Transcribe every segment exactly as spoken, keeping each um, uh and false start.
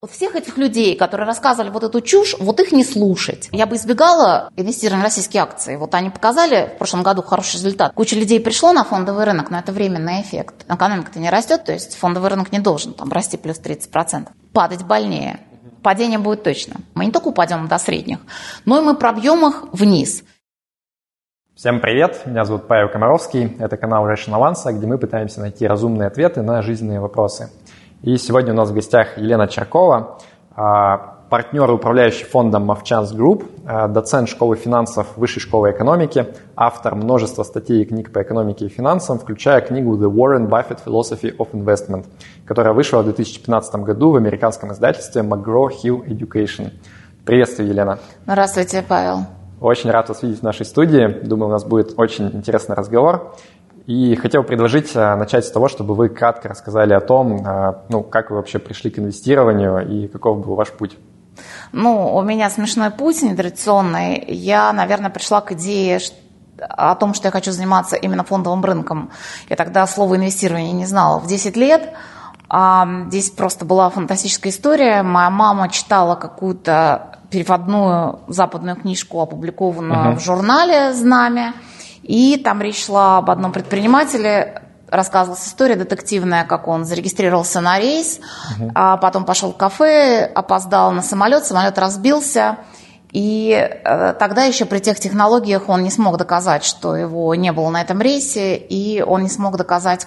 Всех этих людей, которые рассказывали вот эту чушь, вот их не слушать. Я бы избегала инвестирования в российские акции. Вот они показали в прошлом году хороший результат. Куча людей пришло на фондовый рынок, но это временный эффект. Экономика-то не растет, то есть фондовый рынок не должен там расти плюс тридцать процентов. Падать больнее. Падение будет точно. Мы не только упадем до средних, но и мы пробьем их вниз. Всем привет, меня зовут Павел Комаровский, это канал Rational Answer, где мы пытаемся найти разумные ответы на жизненные вопросы. И сегодня у нас в гостях Елена Черкова, партнер и управляющий фондом Mavchance Group, доцент школы финансов Высшей школы экономики, автор множества статей и книг по экономике и финансам, включая книгу The Warren Buffett Philosophy of Investment, которая вышла в две тысячи пятнадцатом году в американском издательстве McGraw-Hill Education. Приветствую, Елена. Здравствуйте, Павел. Очень рад вас видеть в нашей студии. Думаю, у нас будет очень интересный разговор. И хотел предложить начать с того, чтобы вы кратко рассказали о том, ну, как вы вообще пришли к инвестированию и каков был ваш путь. Ну, у меня смешной путь, нетрадиционный. Я, наверное, пришла к идее о том, что я хочу заниматься именно фондовым рынком. Я тогда слово инвестирование не знала. В десять лет а здесь просто была фантастическая история. Моя мама читала какую-то переводную западную книжку, опубликованную uh-huh. в журнале «Знамя». И там речь шла об одном предпринимателе, рассказывалась история детективная, как он зарегистрировался на рейс, uh-huh. а потом пошел в кафе, опоздал на самолет, самолет разбился, и э, тогда еще при тех технологиях он не смог доказать, что его не было на этом рейсе, и он не смог доказать,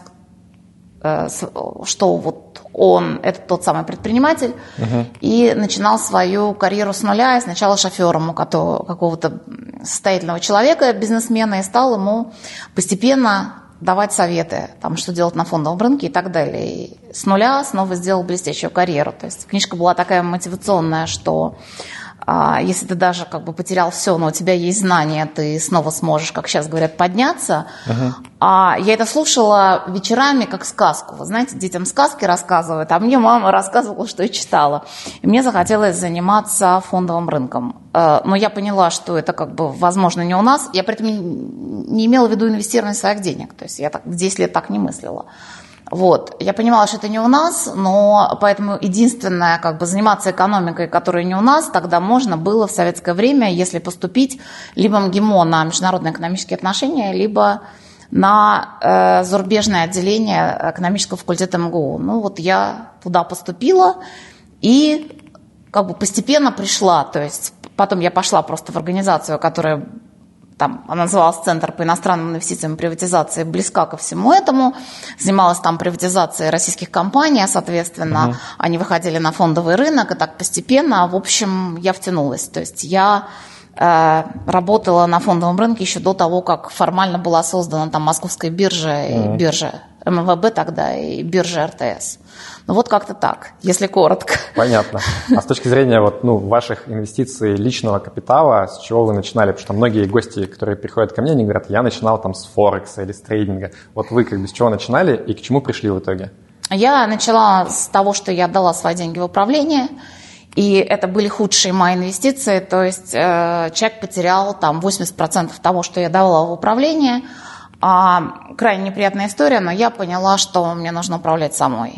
э, что вот он, это тот самый предприниматель, uh-huh. и начинал свою карьеру с нуля, и сначала шофером у какого-то состоятельного человека, бизнесмена, и стал ему постепенно давать советы, там, что делать на фондовом рынке и так далее. И с нуля снова сделал блестящую карьеру. То есть книжка была такая мотивационная, что а, если ты даже как бы потерял все, но у тебя есть знания, ты снова сможешь, как сейчас говорят, подняться. Uh-huh. А, я это слушала вечерами как сказку. Вы знаете, детям сказки рассказывают, а мне мама рассказывала, что я читала. И мне захотелось заниматься фондовым рынком. А, но я поняла, что это как бы возможно не у нас. Я при этом не, не имела в виду инвестирование своих денег. То есть я так, в десять лет так не мыслила. Вот. Я понимала, что это не у нас, но поэтому единственное, как бы заниматься экономикой, которая не у нас, тогда можно было в советское время, если поступить либо МГИМО на международные экономические отношения, либо на э, зарубежное отделение экономического факультета МГУ. Ну вот я туда поступила и как бы постепенно пришла. То есть потом я пошла просто в организацию, которая... Там, она называлась «Центр по иностранным инвестициям и приватизации», близка ко всему этому. Занималась там приватизацией российских компаний, соответственно, угу. они выходили на фондовый рынок, и так постепенно, в общем, я втянулась. То есть я э, работала на фондовом рынке еще до того, как формально была создана там Московская биржа, угу. и биржа эм вэ бэ тогда, и биржа эр тэ эс. Ну вот как-то так, если коротко. Понятно. А с точки зрения вот, ну, ваших инвестиций личного капитала, с чего вы начинали? Потому что многие гости, которые приходят ко мне, они говорят, я начинал там с Форекса или с трейдинга. Вот вы как бы с чего начинали и к чему пришли в итоге? Я начала с того, что я отдала свои деньги в управление, и это были худшие мои инвестиции. То есть э, человек потерял там восемьдесят процентов того, что я давала в управление. А, крайне неприятная история, но я поняла, что мне нужно управлять самой.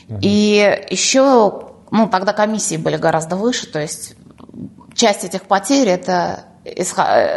И еще, ну, тогда комиссии были гораздо выше, то есть часть этих потерь это из,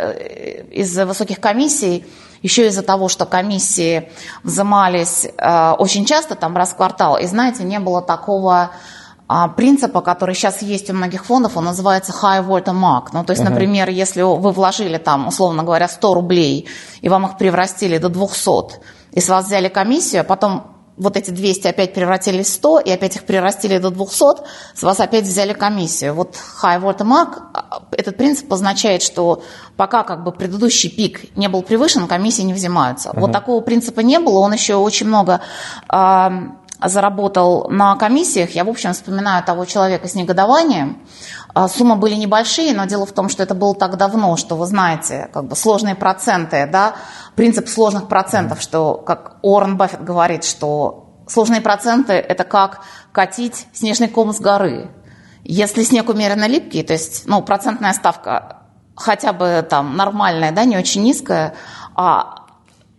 из-за высоких комиссий, еще из-за того, что комиссии взимались э, очень часто, там раз в квартал, и, знаете, не было такого э, принципа, который сейчас есть у многих фондов, он называется high watermark. Ну, то есть, uh-huh. например, если вы вложили там, условно говоря, сто рублей, и вам их превратили до двухсот, и с вас взяли комиссию, а потом вот эти двести опять превратились в сто, и опять их прирастили до двухсот, с вас опять взяли комиссию. Вот high watermark, этот принцип означает, что пока как бы предыдущий пик не был превышен, комиссии не взимаются. Uh-huh. Вот такого принципа не было, он еще очень много э, заработал на комиссиях. Я, в общем, вспоминаю того человека с негодованием. Суммы были небольшие, но дело в том, что это было так давно, что вы знаете, как бы сложные проценты, да, принцип сложных процентов, что, как Уоррен Баффет говорит, что сложные проценты – это как катить снежный ком с горы. Если снег умеренно липкий, то есть, ну, процентная ставка хотя бы там нормальная, да, не очень низкая, а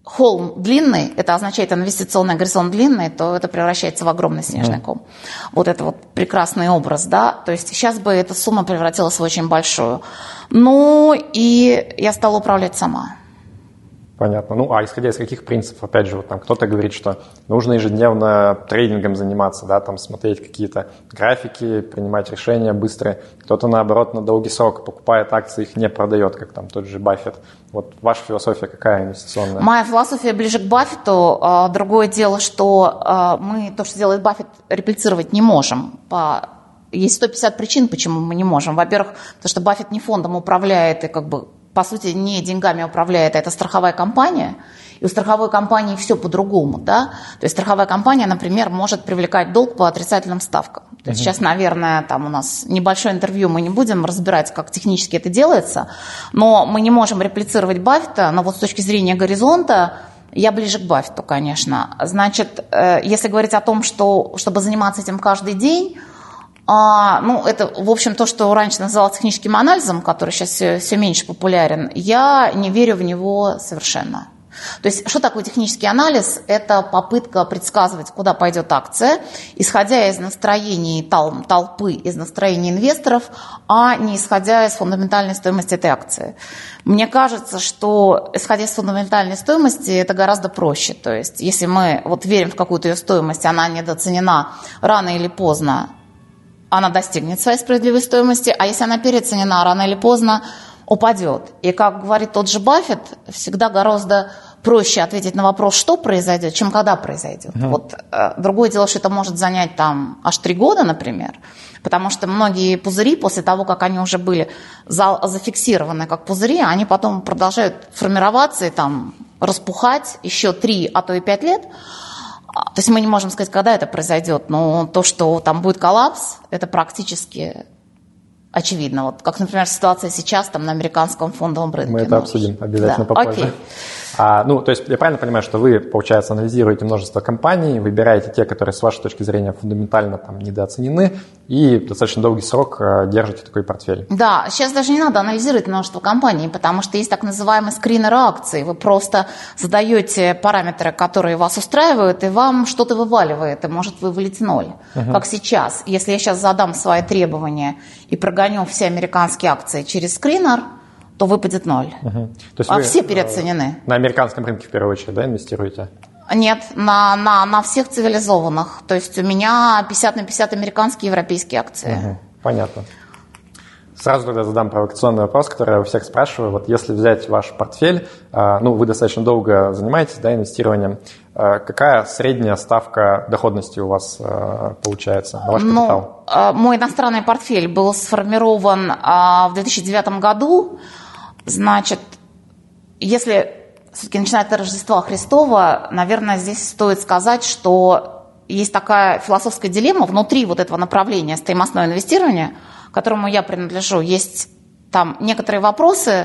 холм длинный, это означает инвестиционный горизонт длинный, то это превращается в огромный снежный ком. Mm. Вот это вот прекрасный образ, да. То есть сейчас бы эта сумма превратилась в очень большую. Ну и я стала управлять сама. Понятно. Ну, а исходя из каких принципов, опять же, вот там кто-то говорит, что нужно ежедневно трейдингом заниматься, да, там смотреть какие-то графики, принимать решения быстрые. Кто-то, наоборот, на долгий срок покупает акции, их не продает, как там тот же Баффет. Вот ваша философия какая инвестиционная? Моя философия ближе к Баффету. Другое дело, что мы то, что делает Баффет, реплицировать не можем. Есть сто пятьдесят причин, почему мы не можем. Во-первых, потому что Баффет не фондом управляет и как бы по сути, не деньгами управляет, а это страховая компания, и у страховой компании все по-другому, да, то есть страховая компания, например, может привлекать долг по отрицательным ставкам. То есть uh-huh. сейчас, наверное, там у нас небольшое интервью, мы не будем разбирать, как технически это делается, но мы не можем реплицировать Баффета, но вот с точки зрения горизонта я ближе к Баффету, конечно. Значит, если говорить о том, что, чтобы заниматься этим каждый день, А, ну, это, в общем, то, что раньше называлось техническим анализом, который сейчас все, все меньше популярен, я не верю в него совершенно. То есть, что такое технический анализ? Это попытка предсказывать, куда пойдет акция, исходя из настроений тол- толпы, из настроений инвесторов, а не исходя из фундаментальной стоимости этой акции. Мне кажется, что, исходя из фундаментальной стоимости, это гораздо проще. То есть, если мы вот верим в какую-то ее стоимость, она недооценена рано или поздно, она достигнет своей справедливой стоимости, а если она переоценена, рано или поздно упадет. И, как говорит тот же Баффет, всегда гораздо проще ответить на вопрос, что произойдет, чем когда произойдет. Uh-huh. Вот, э, другое дело, что это может занять там аж три года, например, потому что многие пузыри, после того, как они уже были за, зафиксированы как пузыри, они потом продолжают формироваться и там распухать еще три, а то и пять лет. То есть мы не можем сказать, когда это произойдет, но то, что там будет коллапс, это практически очевидно. Вот как, например, ситуация сейчас там на американском фондовом рынке. Мы это обсудим обязательно да. попозже. Окей. А, ну, то есть я правильно понимаю, что вы, получается, анализируете множество компаний, выбираете те, которые с вашей точки зрения фундаментально там недооценены, и достаточно долгий срок держите такой портфель? Да, сейчас даже не надо анализировать множество компаний, потому что есть так называемый скринер акций. Вы просто задаете параметры, которые вас устраивают, и вам что-то вываливает, и может вывалить ноль. Uh-huh. Как сейчас. Если я сейчас задам свои требования и прогоню все американские акции через скринер, то выпадет ноль. Uh-huh. То есть а вы все переоценены. На американском рынке в первую очередь, да, инвестируете? Нет, на, на, на всех цивилизованных. То есть у меня пятьдесят на пятьдесят американские и европейские акции. Uh-huh. Понятно. Сразу тогда задам провокационный вопрос, который я у всех спрашиваю. Вот если взять ваш портфель, ну, вы достаточно долго занимаетесь, да, инвестированием, какая средняя ставка доходности у вас получается на ваш капитал? Ну, мой иностранный портфель был сформирован в две тысячи девятом году. Значит, если все-таки начинать от Рождества Христова, наверное, здесь стоит сказать, что есть такая философская дилемма внутри вот этого направления стоимостное инвестирование, к которому я принадлежу. Есть там некоторые вопросы,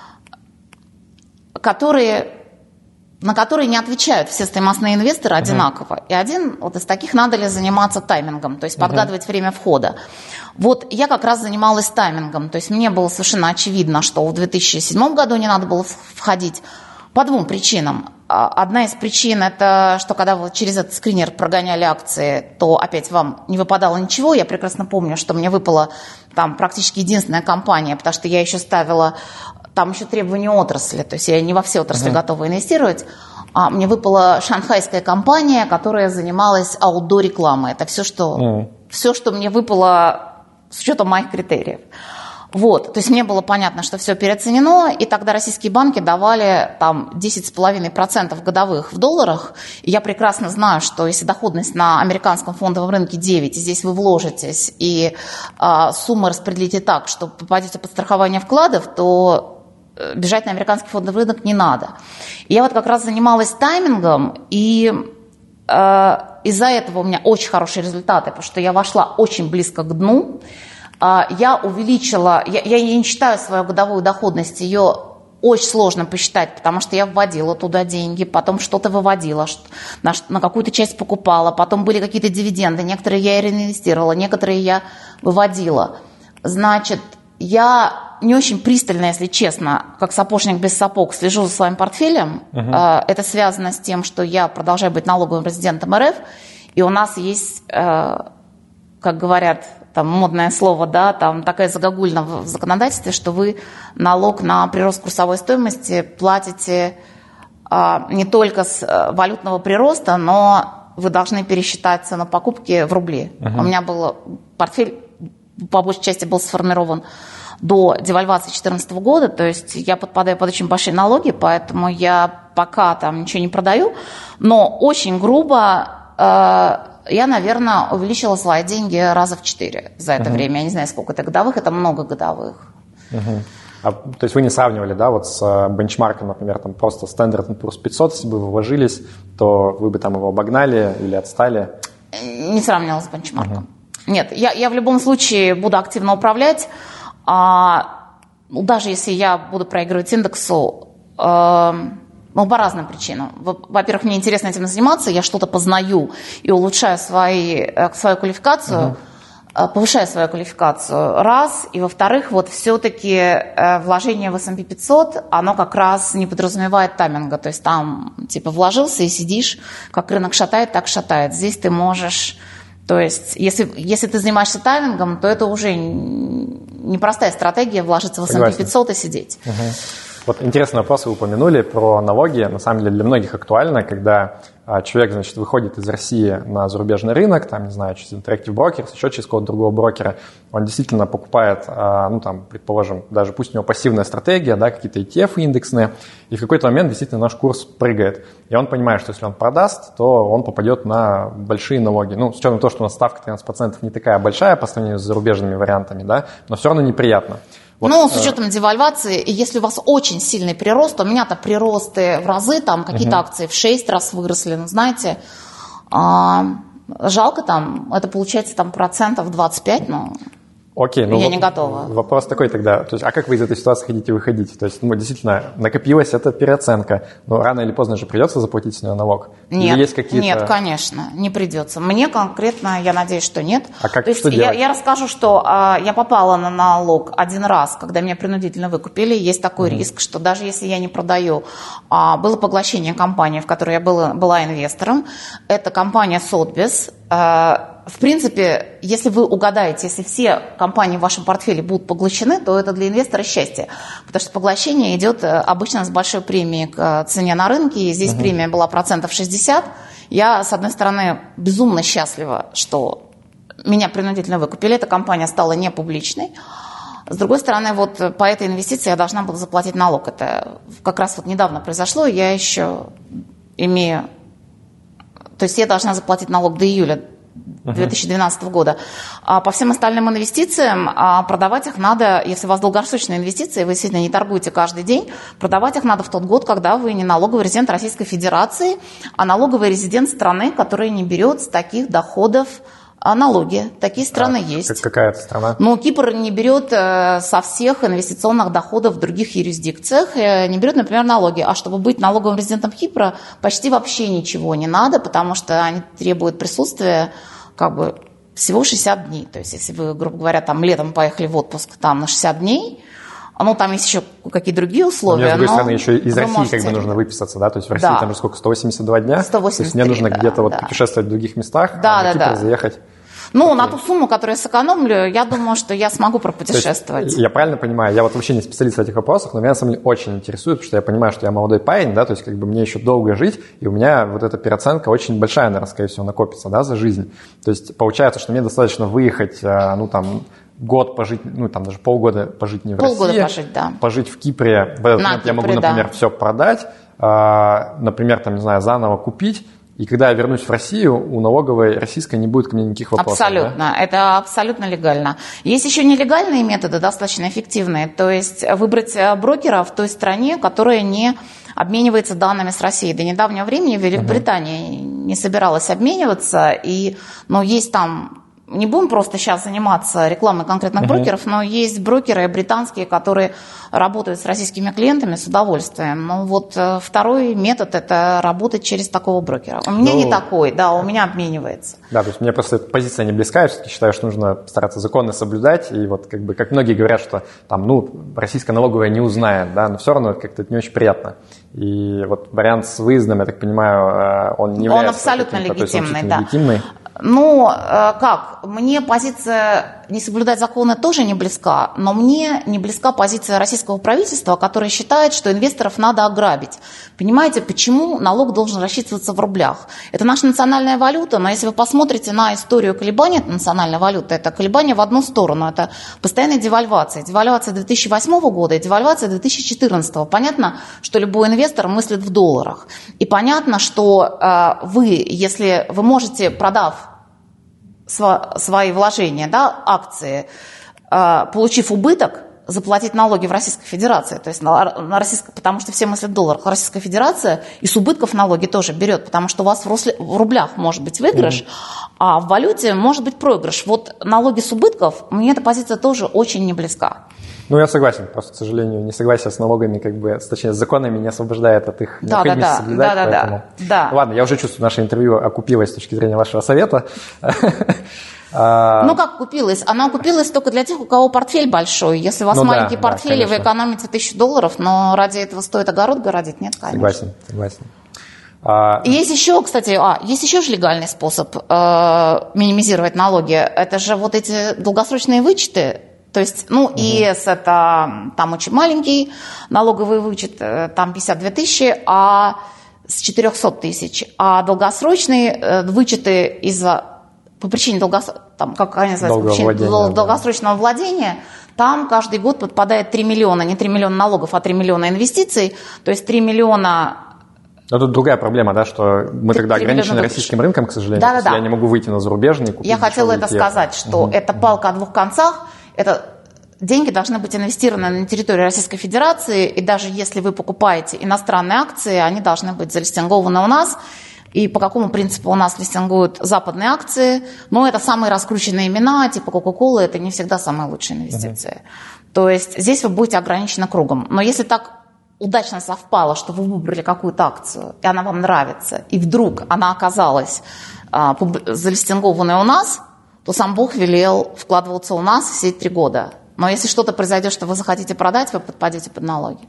которые, на которые не отвечают все стоимостные инвесторы одинаково. Uh-huh. И один вот из таких, надо ли заниматься таймингом, то есть подгадывать uh-huh. время входа. Вот я как раз занималась таймингом, то есть мне было совершенно очевидно, что в две тысячи седьмом году не надо было входить по двум причинам. Одна из причин – это что когда вы через этот скринер прогоняли акции, то опять вам не выпадало ничего. Я прекрасно помню, что мне выпала там практически единственная компания, потому что я еще ставила там еще требования отрасли, то есть я не во все отрасли uh-huh. готова инвестировать. А мне выпала шанхайская компания, которая занималась аутдор-рекламой. Это все, что, uh-huh. все, что мне выпало с учетом моих критериев. Вот, то есть мне было понятно, что все переоценено, и тогда российские банки давали там десять целых пять десятых процента годовых в долларах, и я прекрасно знаю, что если доходность на американском фондовом рынке девять, и здесь вы вложитесь, и а, суммы распределите так, что попадете под страхование вкладов, то бежать на американский фондовый рынок не надо. И я вот как раз занималась таймингом, и э, из-за этого у меня очень хорошие результаты, потому что я вошла очень близко к дну. Я увеличила, я, я не считаю свою годовую доходность, ее очень сложно посчитать, потому что я вводила туда деньги, потом что-то выводила, на, на какую-то часть покупала, потом были какие-то дивиденды, некоторые я реинвестировала, некоторые я выводила. Значит, я не очень пристально, если честно, как сапожник без сапог, слежу за своим портфелем. Угу. Это связано с тем, что я продолжаю быть налоговым резидентом эр эф, и у нас есть, как говорят, там модное слово, да, там такая загогульна в законодательстве, что вы налог на прирост курсовой стоимости платите не только с валютного прироста, но вы должны пересчитать цену покупки в рубли. Uh-huh. У меня был портфель, по большей части, был сформирован до девальвации две тысячи четырнадцатого года, то есть я подпадаю под очень большие налоги, поэтому я пока там ничего не продаю, но очень грубо э, я, наверное, увеличила свои деньги раза в четыре за это uh-huh. время. Я не знаю, сколько это годовых, это много годовых. Uh-huh. А, то есть вы не сравнивали, да, вот с бенчмарком, например, там просто Standard энд Poor's пятьсот, если бы вы вложились, то вы бы там его обогнали или отстали? Не сравнивала с бенчмарком. Uh-huh. Нет, я, я в любом случае буду активно управлять. А, ну, даже если я буду проигрывать индексу, э, ну, по разным причинам. Во-первых, мне интересно этим заниматься, я что-то познаю и улучшаю свои, свою квалификацию, uh-huh. повышаю свою квалификацию, раз. И, во-вторых, вот все-таки вложение в эс энд пи пятьсот, оно как раз не подразумевает тайминга. То есть там типа вложился и сидишь, как рынок шатает, так шатает. Здесь ты можешь... То есть, если, если ты занимаешься таймингом, то это уже непростая стратегия вложиться в эс энд пи пятьсот и сидеть. Угу. Вот интересный вопрос вы упомянули про налоги. На самом деле для многих актуально, когда а, человек, значит, выходит из России на зарубежный рынок, там, не знаю, через Interactive Brokers, еще через какого-то другого брокера, он действительно покупает, а, ну, там, предположим, даже пусть у него пассивная стратегия, да, какие-то и ти эф индексные, и в какой-то момент действительно наш курс прыгает. И он понимает, что если он продаст, то он попадет на большие налоги. Ну, с учетом того, что у нас ставка тринадцать процентов не такая большая по сравнению с зарубежными вариантами, да, но все равно неприятно. Вот, ну, с учетом девальвации, и если у вас очень сильный прирост, у меня-то приросты в разы, там какие-то uh-huh. акции в шесть раз выросли, ну, знаете, а, жалко там, это получается там процентов двадцать пять, но... Окей, ну я вот не готова. Вопрос такой тогда, то есть, а как вы из этой ситуации хотите выходить? То есть, ну, действительно, накопилась эта переоценка, но рано или поздно же придется заплатить с нее налог? Нет, или есть какие-то... нет, конечно, не придется. Мне конкретно, я надеюсь, что нет. А как, то есть что я, делать? Я расскажу, что а, я попала на налог один раз, когда меня принудительно выкупили. Есть такой mm-hmm. риск, что даже если я не продаю, а, было поглощение компании, в которой я была, была инвестором. Это компания Sotheby's. А, в принципе, если вы угадаете, если все компании в вашем портфеле будут поглощены, то это для инвестора счастье. Потому что поглощение идет обычно с большой премией к цене на рынке. И здесь uh-huh. премия была процентов шестьдесят. Я, с одной стороны, безумно счастлива, что меня принудительно выкупили. Эта компания стала не публичной. С другой стороны, вот по этой инвестиции я должна была заплатить налог. Это как раз вот недавно произошло. Я еще имею... То есть я должна заплатить налог до июля две тысячи двенадцатого года. А по всем остальным инвестициям продавать их надо, если у вас долгосрочные инвестиции, вы действительно не торгуете каждый день, продавать их надо в тот год, когда вы не налоговый резидент Российской Федерации, а налоговый резидент страны, которая не берет с таких доходов налоги. Такие страны а, есть. Какая это страна? Ну, Кипр не берет со всех инвестиционных доходов в других юрисдикциях, не берет, например, налоги. А чтобы быть налоговым резидентом Кипра, почти вообще ничего не надо, потому что они требуют присутствия как бы всего шестьдесят дней. То есть, если вы, грубо говоря, там летом поехали в отпуск там на шестьдесят дней, ну, там есть еще какие-то другие условия. Но, с другой стороны, еще из России можете... как бы нужно выписаться, да? То есть в России да. там же сколько, сто восемьдесят два дня? сто восемьдесят три, то есть мне нужно да, где-то да. вот путешествовать в других местах, да, а да, на Кипр да. заехать. Ну, Окей. на ту сумму, которую я сэкономлю, я думаю, что я смогу пропутешествовать. Я правильно понимаю, я вот вообще не специалист в этих вопросах, но меня на самом деле очень интересует, потому что я понимаю, что я молодой парень, да, то есть как бы мне еще долго жить, и у меня вот эта переоценка очень большая, наверное, скорее всего, накопится, да, за жизнь. То есть получается, что мне достаточно выехать, ну, там, год пожить, ну, там, даже полгода пожить не в полгода России. Пожить, да. Пожить в Кипре. В этот На момент Кипре, я могу, например, да. все продать, например, там, не знаю, заново купить. И когда я вернусь в Россию, у налоговой российской не будет ко мне никаких вопросов. Абсолютно. Да? Это абсолютно легально. Есть еще нелегальные методы, достаточно эффективные. То есть выбрать брокера в той стране, которая не обменивается данными с Россией. До недавнего времени Великобритания uh-huh. не собиралась обмениваться. И, ну, есть там не будем просто сейчас заниматься рекламой конкретных uh-huh. брокеров, но есть брокеры британские, которые работают с российскими клиентами с удовольствием. Ну вот второй метод – это работать через такого брокера. У меня ну, не такой, да, у меня обменивается. Да, то есть мне просто эта позиция не близка, я все-таки считаю, что нужно стараться законно соблюдать, и вот как бы, как многие говорят, что там, ну, российская налоговая не узнает, да, но все равно как-то это не очень приятно. И вот вариант с выездом, я так понимаю, он не является... Он абсолютно легитимный, да. легитимный. Ну, как, мне позиция не соблюдать законы тоже не близка, но мне не близка позиция российского правительства, которое считает, что инвесторов надо ограбить. Понимаете, почему налог должен рассчитываться в рублях? Это наша национальная валюта, но если вы посмотрите на историю колебаний национальной валюты, это колебания в одну сторону, это постоянная девальвация. Девальвация две тысячи восьмого года и девальвация две тысячи четырнадцатого. Понятно, что любой инвестор мыслит в долларах. И понятно, что э, вы, если вы можете, продав свои вложения, да, акции, получив убыток, заплатить налоги в Российской Федерации, то есть на, на российско, потому что все мыслят в долларах. Российская Федерация из убытков налоги тоже берет, потому что у вас в, русле, в рублях может быть выигрыш, mm-hmm. а в валюте может быть проигрыш. Вот налоги с убытков, мне эта позиция тоже очень не близка. Ну, я согласен, просто, к сожалению, несогласие с налогами, как бы, точнее, с законами не освобождает от их да, необходимости да, соблюдать, да, поэтому... Да, да. Ладно, я уже чувствую, наше интервью окупилось с точки зрения вашего совета. Ну, как купилась? Она купилась только для тех, у кого портфель большой. Если у вас ну, маленький да, портфель, да, и вы экономите тысячу долларов, но ради этого стоит огород городить? Нет, конечно. Согласен, согласен. И есть еще, кстати, а, есть еще же легальный способ э, минимизировать налоги. Это же вот эти долгосрочные вычеты. То есть, ну, угу. ИЭС – это там очень маленький налоговый вычет, там пятьдесят две тысячи, а с четырехсот тысяч. А долгосрочные вычеты из-за, по причине долгос... там, как они называются, по причине владения, долгосрочного да. владения, там каждый год подпадает три миллиона, не три миллиона налогов, а три миллиона инвестиций, то есть три миллиона... Но тут другая проблема, да, что мы тогда ограничены российским рынком, к сожалению. Да, да, да. Я не могу выйти на зарубежный, купить. Я хотела это сказать, что угу. это палка о двух концах. Это деньги должны быть инвестированы на территории Российской Федерации, и даже если вы покупаете иностранные акции, они должны быть залистингованы у нас. И по какому принципу у нас листингуют западные акции? Ну, это самые раскрученные имена, типа Coca-Cola, это не всегда самые лучшие инвестиции. Uh-huh. То есть здесь вы будете ограничены кругом. Но если так удачно совпало, что вы выбрали какую-то акцию, и она вам нравится, и вдруг она оказалась а, залистингованной у нас, то сам Бог велел вкладываться у нас все три года. Но если что-то произойдет, что вы захотите продать, вы подпадете под налоги.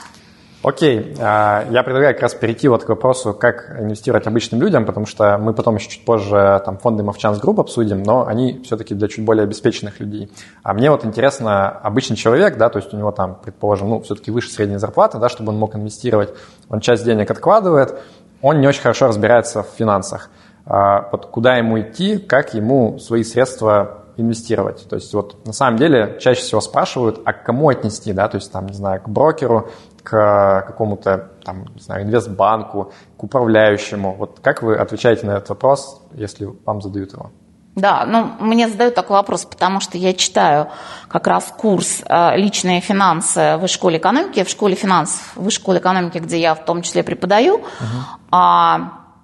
Окей, я предлагаю как раз перейти вот к вопросу, как инвестировать обычным людям, потому что мы потом еще чуть позже там, фонды Mavchance Group обсудим, но они все-таки для чуть более обеспеченных людей. А мне вот интересно, обычный человек, да, то есть у него там, предположим, ну, все-таки выше средней зарплаты, да, чтобы он мог инвестировать, он часть денег откладывает, он не очень хорошо разбирается в финансах. Вот куда ему идти, как ему свои средства инвестировать. То есть вот на самом деле чаще всего спрашивают, а к кому отнести, да, то есть там, не знаю, к брокеру, к какому-то там, не знаю, инвестбанку, к управляющему. Вот как вы отвечаете на этот вопрос, если вам задают его? Да, ну, мне задают такой вопрос, потому что я читаю как раз курс «Личные финансы» в Высшей школе экономики, в школе финансов, в Высшей школе экономики, где я в том числе преподаю, uh-huh.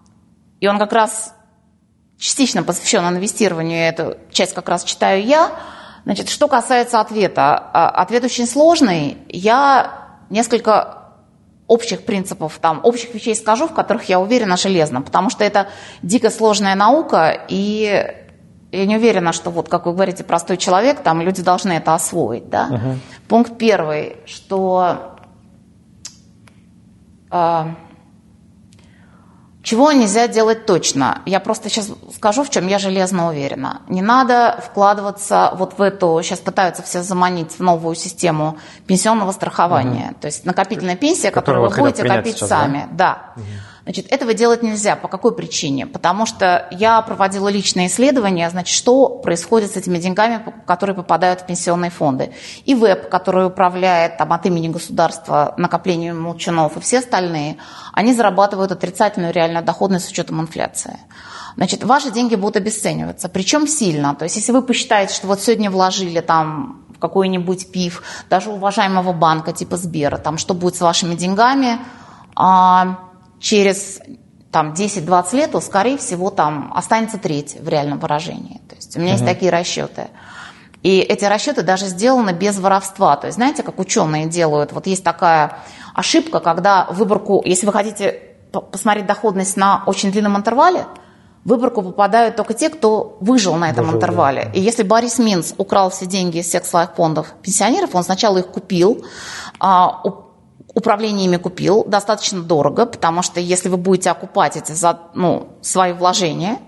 и он как раз частично посвящен инвестированию, эту часть как раз читаю я. Значит, что касается ответа, ответ очень сложный. Я несколько общих принципов, там, общих вещей скажу, в которых я уверена железно, потому что это дико сложная наука, и я не уверена, что, вот, как вы говорите, простой человек, там, люди должны это освоить. Да? Uh-huh. Пункт первый, что э, чего нельзя делать точно. Я просто сейчас скажу, в чем я железно уверена. Не надо вкладываться вот в эту, сейчас пытаются все заманить в новую систему пенсионного страхования. Угу. То есть накопительная пенсия, которую вы будете копить сейчас, сами. Да. Да. Угу. Значит, этого делать нельзя. По какой причине? Потому что я проводила личные исследования, значит, что происходит с этими деньгами, которые попадают в пенсионные фонды. И ВЭП, который управляет там, от имени государства накоплением молчунов, и все остальные, они зарабатывают отрицательную реальную доходность с учетом инфляции. Значит, ваши деньги будут обесцениваться, причем сильно. То есть, если вы посчитаете, что вот сегодня вложили там в какой-нибудь ПИФ, даже уважаемого банка типа Сбера, там, что будет с вашими деньгами, а через там, десять-двадцать лет, то, скорее всего, там останется треть в реальном выражении. То есть У меня uh-huh. есть такие расчеты. И эти расчеты даже сделаны без воровства. То есть, знаете, как ученые делают? Вот есть такая ошибка, когда выборку, если вы хотите посмотреть доходность на очень длинном интервале, в выборку попадают только те, кто выжил на этом выжил, интервале. Да. И если Борис Минц украл все деньги из всех своих фондов пенсионеров, он сначала их купил, управление ими купил достаточно дорого, потому что если вы будете окупать эти ну, свои вложения,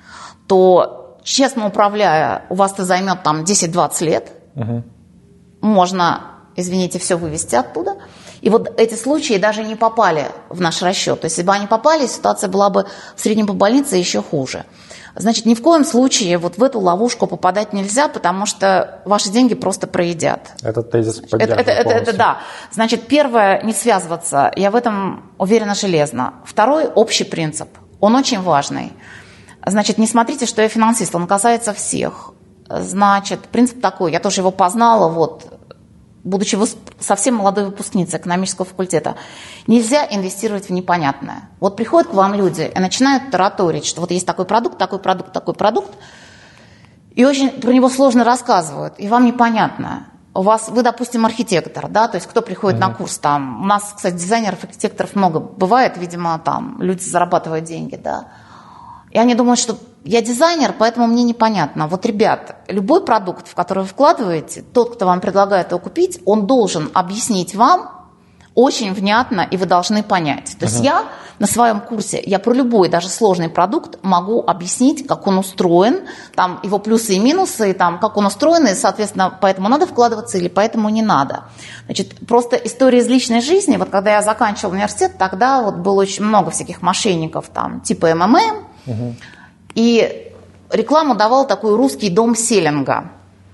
то, честно управляя, у вас это займет там десять-двадцать лет. Угу. Можно, извините, все вывести оттуда. И вот эти случаи даже не попали в наш расчет. То есть, если бы они попали, ситуация была бы в среднем по больнице еще хуже. Значит, ни в коем случае вот в эту ловушку попадать нельзя, потому что ваши деньги просто проедят. Этот тезис поддерживаю это, это, это, да. Значит, первое, не связываться. Я в этом уверена железно. Второй, общий принцип. Он очень важный. Значит, не смотрите, что я финансист. Он касается всех. Значит, принцип такой. Я тоже его познала, вот, будучи совсем молодой выпускницей экономического факультета. Нельзя инвестировать в непонятное. Вот приходят к вам люди и начинают тараторить, что вот есть такой продукт, такой продукт, такой продукт, и очень про него сложно рассказывают, и вам непонятно. У вас, вы, допустим, архитектор, да, то есть кто приходит mm-hmm. на курс, там, у нас, кстати, дизайнеров, архитекторов много бывает, видимо, там, люди зарабатывают деньги, да, и они думают, что я дизайнер, поэтому мне непонятно. Вот, ребят, любой продукт, в который вы вкладываете, тот, кто вам предлагает его купить, он должен объяснить вам очень внятно, и вы должны понять. То есть uh-huh. я на своем курсе, я про любой, даже сложный продукт могу объяснить, как он устроен, там его плюсы и минусы, там, как он устроен, и, соответственно, поэтому надо вкладываться или поэтому не надо. Значит, просто история из личной жизни. Вот когда я заканчивала университет, тогда вот было очень много всяких мошенников, там, типа эм эм эм, uh-huh. и рекламу давал такой русский дом селлинга.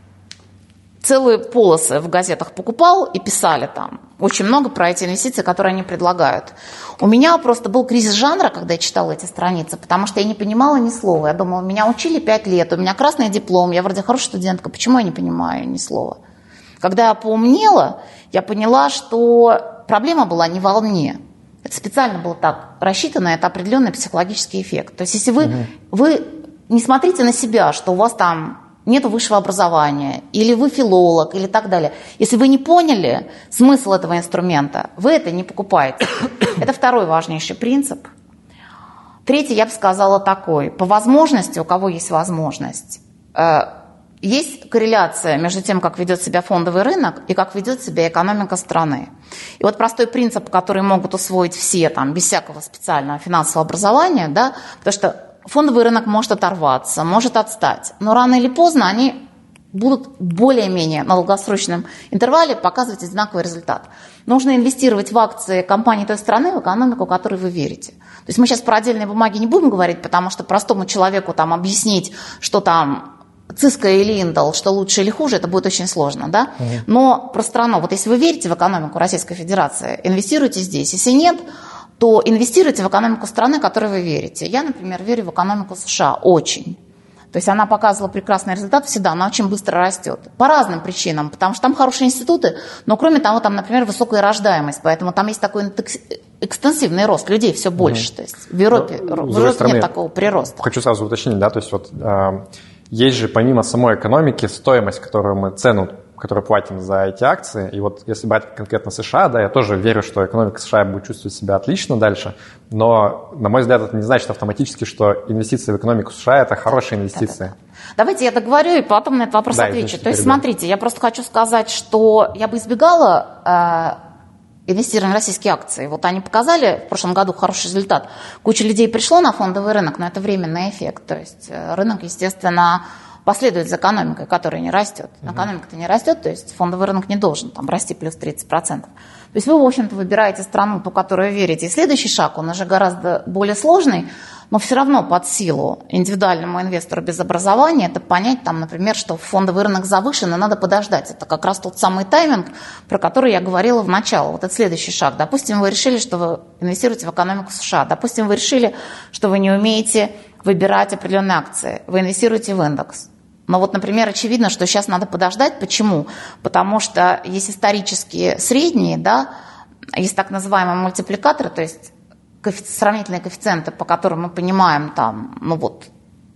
Целые полосы в газетах покупал и писали там очень много про эти инвестиции, которые они предлагают. У меня просто был кризис жанра, когда я читала эти страницы, потому что я не понимала ни слова. Я думала, меня учили пять лет, у меня красный диплом, я вроде хорошая студентка, почему я не понимаю ни слова? Когда я поумнела, я поняла, что проблема была не во мне. Это специально было так рассчитано, это определенный психологический эффект. То есть если вы, угу. вы не смотрите на себя, что у вас там нет высшего образования, или вы филолог, или так далее. Если вы не поняли смысл этого инструмента, вы это не покупаете. Это второй важнейший принцип. Третий, я бы сказала, такой. По возможности, у кого есть возможность, есть корреляция между тем, как ведет себя фондовый рынок и как ведет себя экономика страны. И вот простой принцип, который могут усвоить все, там, без всякого специального финансового образования, да, потому что фондовый рынок может оторваться, может отстать, но рано или поздно они будут более-менее на долгосрочном интервале показывать одинаковый результат. Нужно инвестировать в акции компании той страны, в экономику, в которой вы верите. То есть мы сейчас про отдельные бумаги не будем говорить, потому что простому человеку там объяснить, что там Cisco или Intel, что лучше или хуже, это будет очень сложно, да? Угу. Но про страну, вот если вы верите в экономику Российской Федерации, инвестируйте здесь. Если нет, то инвестируйте в экономику страны, в которой вы верите. Я, например, верю в экономику США очень. То есть она показывала прекрасный результат всегда, она очень быстро растет. По разным причинам, потому что там хорошие институты, но кроме того, там, например, высокая рождаемость, поэтому там есть такой экстенсивный рост, людей все больше. Mm-hmm. То есть в Европе, ну, в Европе стороны, нет такого прироста. Хочу сразу уточнить, да, то есть вот э, есть же помимо самой экономики стоимость, которую мы, цену, которую платим за эти акции. И вот если брать конкретно США, да, я тоже верю, что экономика США будет чувствовать себя отлично дальше, но, на мой взгляд, это не значит автоматически, что инвестиции в экономику США – это хорошие инвестиции. Да-да-да. Давайте я договорю и потом на этот вопрос да, отвечу. То есть, смотрите, я просто хочу сказать, что я бы избегала э, инвестирования в российские акции. Вот они показали в прошлом году хороший результат. Куча людей пришло на фондовый рынок, но это временный эффект. То есть рынок, естественно, последует за экономикой, которая не растет. Uh-huh. Экономика-то не растет, то есть фондовый рынок не должен там расти плюс тридцать процентов. То есть вы, в общем-то, выбираете страну, по которой верите. И следующий шаг, он уже гораздо более сложный, но все равно под силу индивидуальному инвестору без образования, это понять, там, например, что фондовый рынок завышен, и надо подождать. Это как раз тот самый тайминг, про который я говорила в начале. Вот это следующий шаг. Допустим, вы решили, что вы инвестируете в экономику США. Допустим, вы решили, что вы не умеете выбирать определенные акции. Вы инвестируете в индекс. Но вот, например, очевидно, что сейчас надо подождать. Почему? Потому что есть исторические средние, да, есть так называемые мультипликаторы, то есть коэффи- сравнительные коэффициенты, по которым мы понимаем, там, ну вот,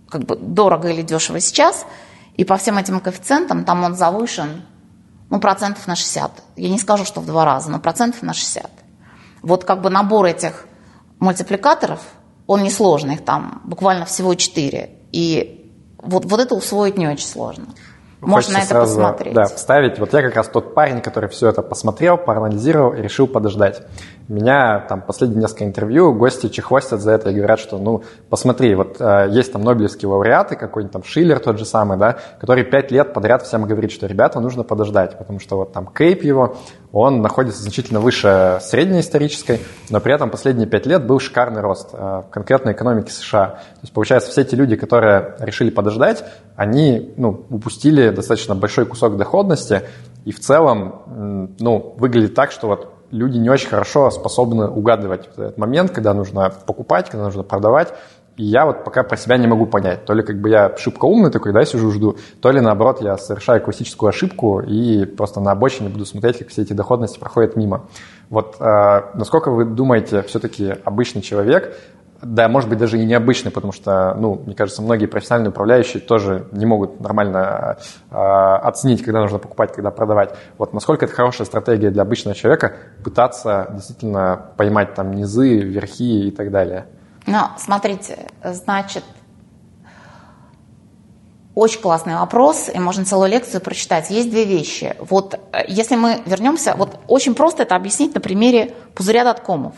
как бы дорого или дешево сейчас, и по всем этим коэффициентам там он завышен, ну, процентов на шестьдесят. Я не скажу, что в два раза, но процентов на шестьдесят. Вот как бы набор этих мультипликаторов, он несложный, их там буквально всего четыре. И вот, вот это усвоить не очень сложно. Можно на это сразу, посмотреть. Да, вставить. Вот я как раз тот парень, который все это посмотрел, проанализировал и решил подождать. Меня там последние несколько интервью гости чехвостят за это и говорят, что ну посмотри, вот э, есть там нобелевские лауреаты, какой-нибудь там Шиллер тот же самый, да, который пять лет подряд всем говорит, что ребята, нужно подождать, потому что вот там Кейп его, он находится значительно выше средней исторической, но при этом последние пять лет был шикарный рост э, в конкретной экономике США. То есть получается, все те люди, которые решили подождать, они ну, упустили достаточно большой кусок доходности, и в целом ну, выглядит так, что вот люди не очень хорошо способны угадывать этот момент, когда нужно покупать, когда нужно продавать. И я вот пока про себя не могу понять, то ли как бы я шибко умный такой, да, сижу, жду, то ли наоборот я совершаю классическую ошибку и просто на обочине буду смотреть, как все эти доходности проходят мимо. Вот э, насколько вы думаете, все-таки обычный человек, да, может быть, даже и необычный, потому что, ну, мне кажется, многие профессиональные управляющие тоже не могут нормально э, оценить, когда нужно покупать, когда продавать. Вот насколько это хорошая стратегия для обычного человека пытаться действительно поймать там низы, верхи и так далее? Ну, смотрите, значит, очень классный вопрос, и можно целую лекцию прочитать. Есть две вещи. Вот если мы вернемся, вот очень просто это объяснить на примере пузыря доткомов,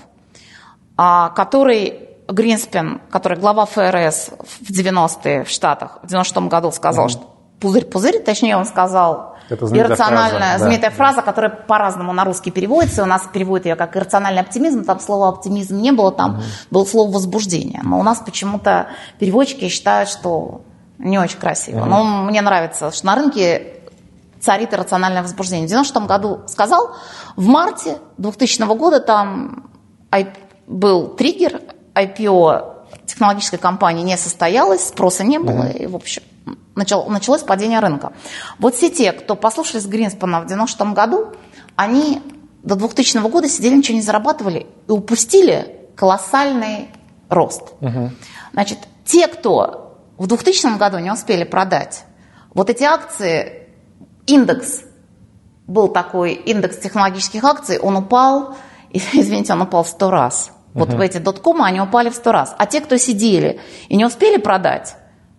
который Гринспен, который глава эф эр эс в девяностые в Штатах, в девяносто шестом году сказал, mm-hmm. что пузырь-пузырь, точнее он сказал иррациональная, знаменитая да. фраза, которая по-разному на русский переводится, у нас переводят ее как иррациональный оптимизм, там слова оптимизм не было, там mm-hmm. было слово возбуждение, но у нас почему-то переводчики считают, что не очень красиво, mm-hmm. но мне нравится, что на рынке царит иррациональное возбуждение. В девяносто шестом году сказал, в марте двухтысячного года там был триггер, ай пи о технологической компании не состоялось, спроса не было, uh-huh. и, в общем, начало, началось падение рынка. Вот все те, кто послушались Гринспена в девяносто шестом году, они до двухтысячного года сидели, ничего не зарабатывали и упустили колоссальный рост. Uh-huh. Значит, те, кто в двухтысячном году не успели продать, вот эти акции, индекс, был такой индекс технологических акций, он упал, извините, он упал в сто раз. Вот uh-huh. в эти доткомы они упали в сто раз. А те, кто сидели и не успели продать,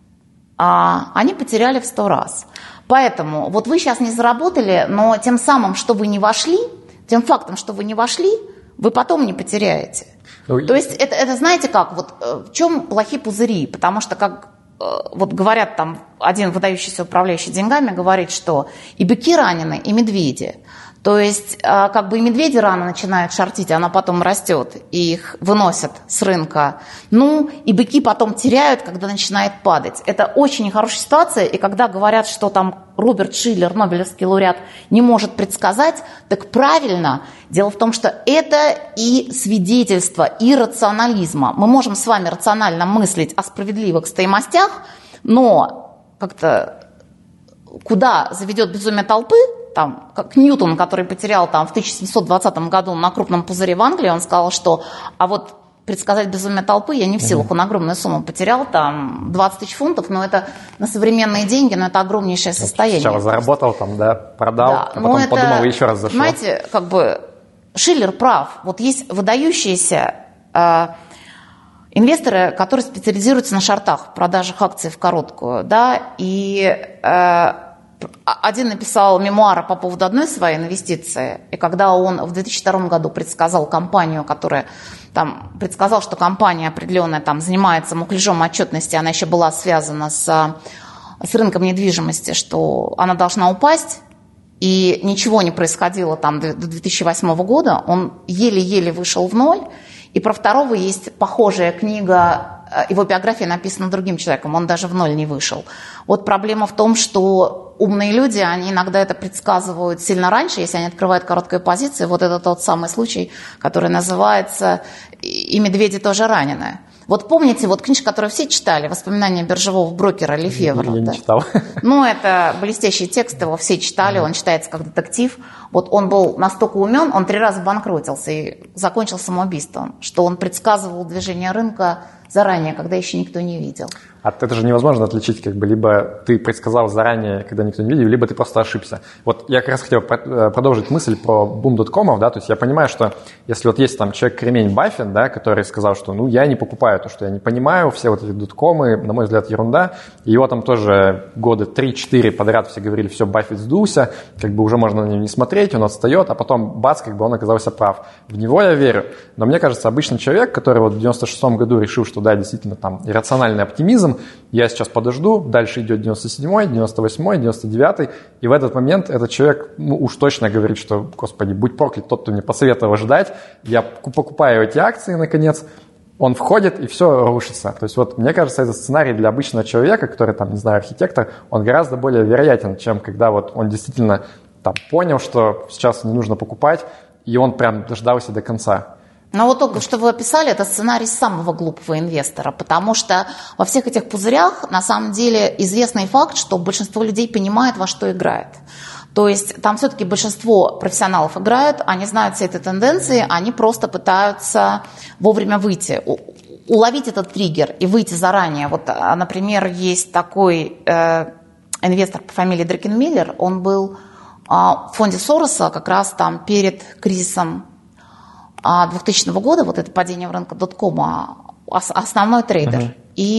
а, они потеряли в сто раз. Поэтому вот вы сейчас не заработали, но тем самым, что вы не вошли, тем фактом, что вы не вошли, вы потом не потеряете. Ну, То есть это, это знаете как, вот в чем плохие пузыри? Потому что, как вот говорят там, один выдающийся управляющий деньгами говорит, что и быки ранены, и медведи. То есть, как бы и медведи рано начинают шортить, она потом растет, и их выносят с рынка. Ну, и быки потом теряют, когда начинает падать. Это очень нехорошая ситуация, и когда говорят, что там Роберт Шиллер, нобелевский лауреат, не может предсказать, так правильно. Дело в том, что это и свидетельство иррационализма. Мы можем с вами рационально мыслить о справедливых стоимостях, но как-то куда заведет безумие толпы, там, как Ньютон, который потерял там, в тысяча семьсот двадцатом году на крупном пузыре в Англии, он сказал, что а вот предсказать безумие толпы я не в силах, он огромную сумму потерял, там двадцать тысяч фунтов, но это на современные деньги, но это огромнейшее состояние. Сначала заработал, там, да, продал, да, а потом это, подумал и еще раз зашел. Знаете, как бы Шиллер прав, вот есть выдающиеся э, инвесторы, которые специализируются на шортах, в продажах акций в короткую, да, и э, один написал мемуары по поводу одной своей инвестиции, и когда он в две тысячи втором году предсказал компанию, которая там предсказал, что компания определенная там занимается мухляжом отчетности, она еще была связана с, с рынком недвижимости, что она должна упасть, и ничего не происходило там до две тысячи восьмого года, он еле-еле вышел в ноль, и про второго есть похожая книга, его биография написана другим человеком, он даже в ноль не вышел. Вот проблема в том, что умные люди, они иногда это предсказывают сильно раньше, если они открывают короткую позицию. Вот это тот самый случай, который называется «И медведи тоже ранены». Вот помните, вот книжка, которую все читали, «Воспоминания биржевого брокера» Лефевра. Я да? не читал. Ну, это блестящий текст, его все читали, он читается как детектив. Вот он был настолько умен, он три раза банкротился и закончил самоубийством, что он предсказывал движение рынка заранее, когда еще никто не видел. А это же невозможно отличить, как бы, либо ты предсказал заранее, когда никто не видел, либо ты просто ошибся. Вот я как раз хотел продолжить мысль про бум доткомов, да, то есть я понимаю, что если вот есть там человек-кремень Баффин, да, который сказал, что, ну, я не покупаю то, что я не понимаю, все вот эти доткомы, на мой взгляд, ерунда, и его там тоже года три-четыре подряд все говорили, все, Баффет сдулся, как бы уже можно на него не смотреть, он отстает, а потом, бац, как бы он оказался прав. В него я верю, но мне кажется, обычный человек, который вот в девяносто шестом году решил, что да, действительно там иррациональный оптимизм, я сейчас подожду, дальше идет девяносто седьмой, девяносто восьмой, девяносто девятый, и в этот момент этот человек, ну, уж точно говорит, что, господи, будь проклят тот, кто мне посоветовал ждать, я покупаю эти акции, наконец, он входит, и все рушится. То есть вот мне кажется, этот сценарий для обычного человека, который там, не знаю, архитектор, он гораздо более вероятен, чем когда вот он действительно там понял, что сейчас не нужно покупать, и он прям дождался до конца. Но вот то, что вы описали, это сценарий самого глупого инвестора, потому что во всех этих пузырях на самом деле известный факт, что большинство людей понимает, во что играет. То есть там все-таки большинство профессионалов играют, они знают все эти тенденции, они просто пытаются вовремя выйти, уловить этот триггер и выйти заранее. Вот, например, есть такой э, инвестор по фамилии Дракенмиллер, он был э, в фонде Сороса как раз там перед кризисом двухтысячного года, вот это падение в рынке доткома, основной трейдер. Uh-huh.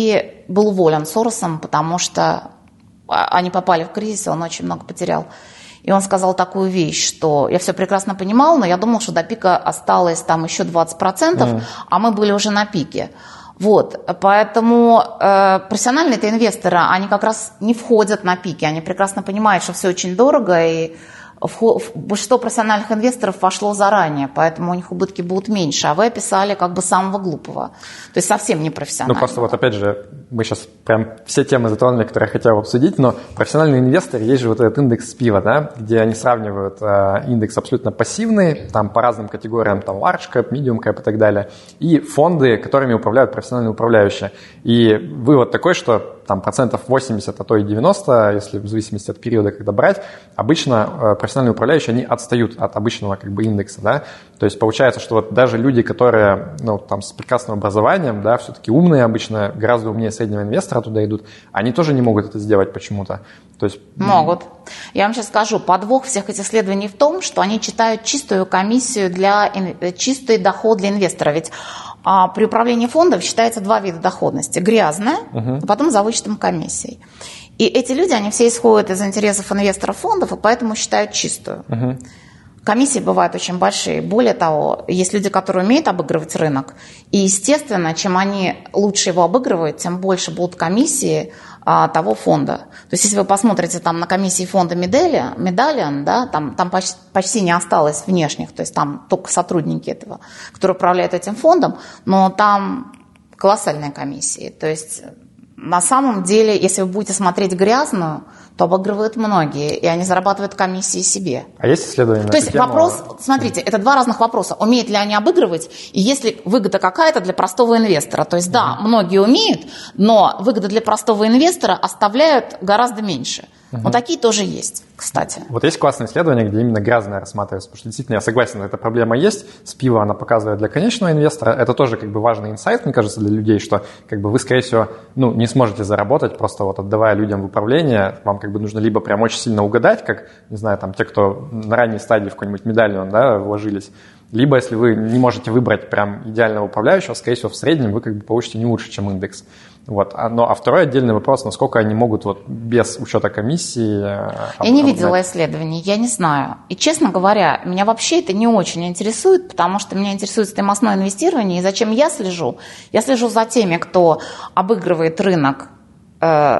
И был уволен Соросом, потому что они попали в кризис, и он очень много потерял. И он сказал такую вещь, что я все прекрасно понимал, но я думал, что до пика осталось там еще двадцать процентов, uh-huh. а мы были уже на пике. Вот, поэтому э, профессиональные-то инвесторы, они как раз не входят на пике, они прекрасно понимают, что все очень дорого, и большинство профессиональных инвесторов вошло заранее, поэтому у них убытки будут меньше. А вы описали как бы самого глупого. То есть совсем не профессионального. Ну, просто вот опять же, мы сейчас прям все темы затронули, которые я хотел обсудить, но профессиональные инвесторы, есть же вот этот индекс пива, да, где они сравнивают э, индекс абсолютно пассивный, там по разным категориям, там large cap, medium cap и так далее, и фонды, которыми управляют профессиональные управляющие. И вывод такой, что там процентов восемьдесят, а то и девяносто, если в зависимости от периода, когда брать, обычно э, профессиональные управляющие, они отстают от обычного как бы индекса, да, то есть получается, что вот даже люди, которые, ну, там, с прекрасным образованием, да, все-таки умные обычно, гораздо умнее среднего инвестора туда идут, они тоже не могут это сделать почему-то. То есть... Могут. Я вам сейчас скажу, подвох всех этих исследований в том, что они читают чистую комиссию для, чистый доход для инвестора, ведь а, при управлении фондом считается два вида доходности, грязная, uh-huh. а потом за вычетом комиссий. И эти люди, они все исходят из интересов инвесторов фондов, и поэтому считают чистую. Uh-huh. Комиссии бывают очень большие. Более того, есть люди, которые умеют обыгрывать рынок. И, естественно, чем они лучше его обыгрывают, тем больше будут комиссии а, того фонда. То есть, если вы посмотрите там, на комиссии фонда Medallion, да, там, там почти, почти не осталось внешних, то есть там только сотрудники этого, которые управляют этим фондом, но там колоссальные комиссии. То есть... На самом деле, если вы будете смотреть грязную, то обыгрывают многие, и они зарабатывают комиссии себе. А есть исследования на То есть тему? Вопрос, смотрите, это два разных вопроса. Умеют ли они обыгрывать, и есть ли выгода какая-то для простого инвестора? То есть да, mm-hmm. многие умеют, но выгода для простого инвестора оставляют гораздо меньше. Uh-huh. Но такие тоже есть, кстати. Вот есть классное исследование, где именно грязное рассматривается, потому что действительно, я согласен, эта проблема есть. С пива она показывает для конечного инвестора. Это тоже как бы важный инсайт, мне кажется, для людей, что как бы вы, скорее всего, ну, не сможете заработать, просто вот отдавая людям в управление. Вам как бы нужно либо прям очень сильно угадать, как, не знаю, там, те, кто на ранней стадии в какой-нибудь Medallion, да, вложились. Либо, если вы не можете выбрать прям идеального управляющего, скорее всего, в среднем вы как бы получите не лучше, чем индекс. Вот. Но, а второй отдельный вопрос, насколько они могут вот без учета комиссии... Я не видела исследований, я не знаю. И, честно говоря, меня вообще это не очень интересует, потому что меня интересует стоимостное инвестирование. И зачем я слежу? Я слежу за теми, кто обыгрывает рынок э,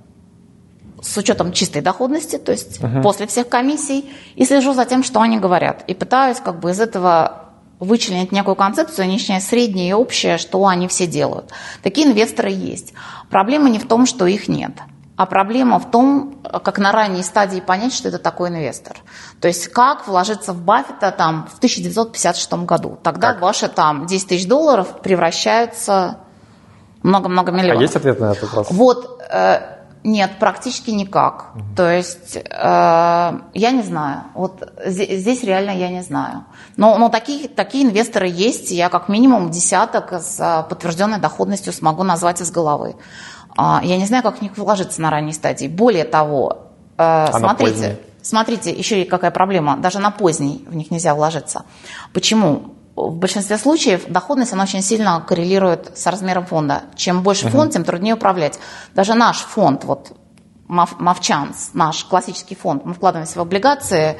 с учетом чистой доходности, то есть uh-huh. после всех комиссий, и слежу за тем, что они говорят. И пытаюсь как бы из этого... вычленить некую концепцию, нижнее, среднее и общее, что они все делают. Такие инвесторы есть. Проблема не в том, что их нет, а проблема в том, как на ранней стадии понять, что это такой инвестор. То есть как вложиться в Баффета там, в тысяча девятьсот пятьдесят шестом году. Тогда как? Ваши там, десять тысяч долларов превращаются в много-много миллионов. А есть ответ на этот вопрос? Вот... Э, Нет, практически никак. Угу. То есть, э, я не знаю. Вот здесь, здесь реально я не знаю. Но, но такие, такие инвесторы есть. Я как минимум десяток с подтвержденной доходностью смогу назвать из головы. Я не знаю, как в них вложиться на ранней стадии. Более того, а смотрите, смотрите, еще какая проблема. Даже на поздней в них нельзя вложиться. Почему? В большинстве случаев доходность, она очень сильно коррелирует с размером фонда. Чем больше фонд, uh-huh. тем труднее управлять. Даже наш фонд, вот Mavchance, наш классический фонд, мы вкладываемся в облигации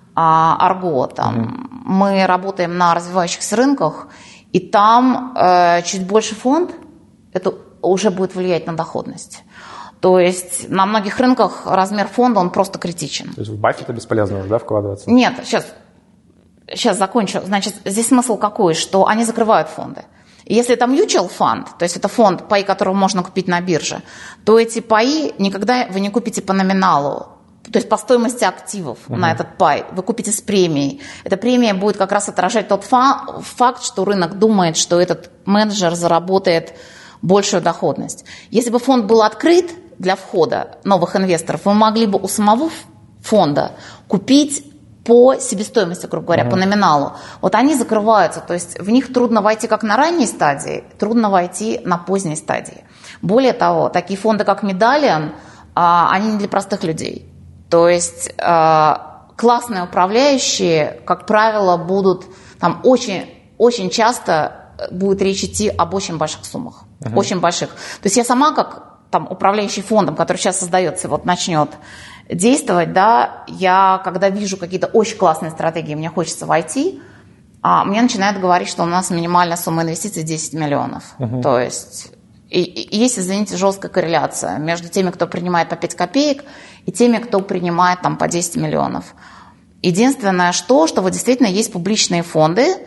Арго, там, uh-huh. мы работаем на развивающихся рынках, и там э, чуть больше фонд, это уже будет влиять на доходность. То есть на многих рынках размер фонда, он просто критичен. То есть в Баффета бесполезно уже, да, вкладываться? Нет, сейчас... Сейчас закончу. Значит, здесь смысл какой, что они закрывают фонды. И если это mutual fund, то есть это фонд, паи которого можно купить на бирже, то эти паи никогда вы не купите по номиналу, то есть по стоимости активов uh-huh. на этот пай. Вы купите с премией. Эта премия будет как раз отражать тот фа- факт, что рынок думает, что этот менеджер заработает большую доходность. Если бы фонд был открыт для входа новых инвесторов, вы могли бы у самого фонда купить по себестоимости, грубо говоря, uh-huh. по номиналу. Вот они закрываются, то есть в них трудно войти как на ранней стадии, трудно войти на поздней стадии. Более того, такие фонды, как Medallion, они не для простых людей. То есть классные управляющие, как правило, будут там очень, очень часто будет речь идти об очень больших суммах, uh-huh. очень больших. То есть я сама как там управляющий фондом, который сейчас создается, вот начнет действовать, да, я, когда вижу какие-то очень классные стратегии, мне хочется войти, а мне начинают говорить, что у нас минимальная сумма инвестиций десять миллионов. Uh-huh. То есть и, и есть, извините, жесткая корреляция между теми, кто принимает по пять копеек, и теми, кто принимает там по десять миллионов. Единственное, что, что вот действительно есть публичные фонды,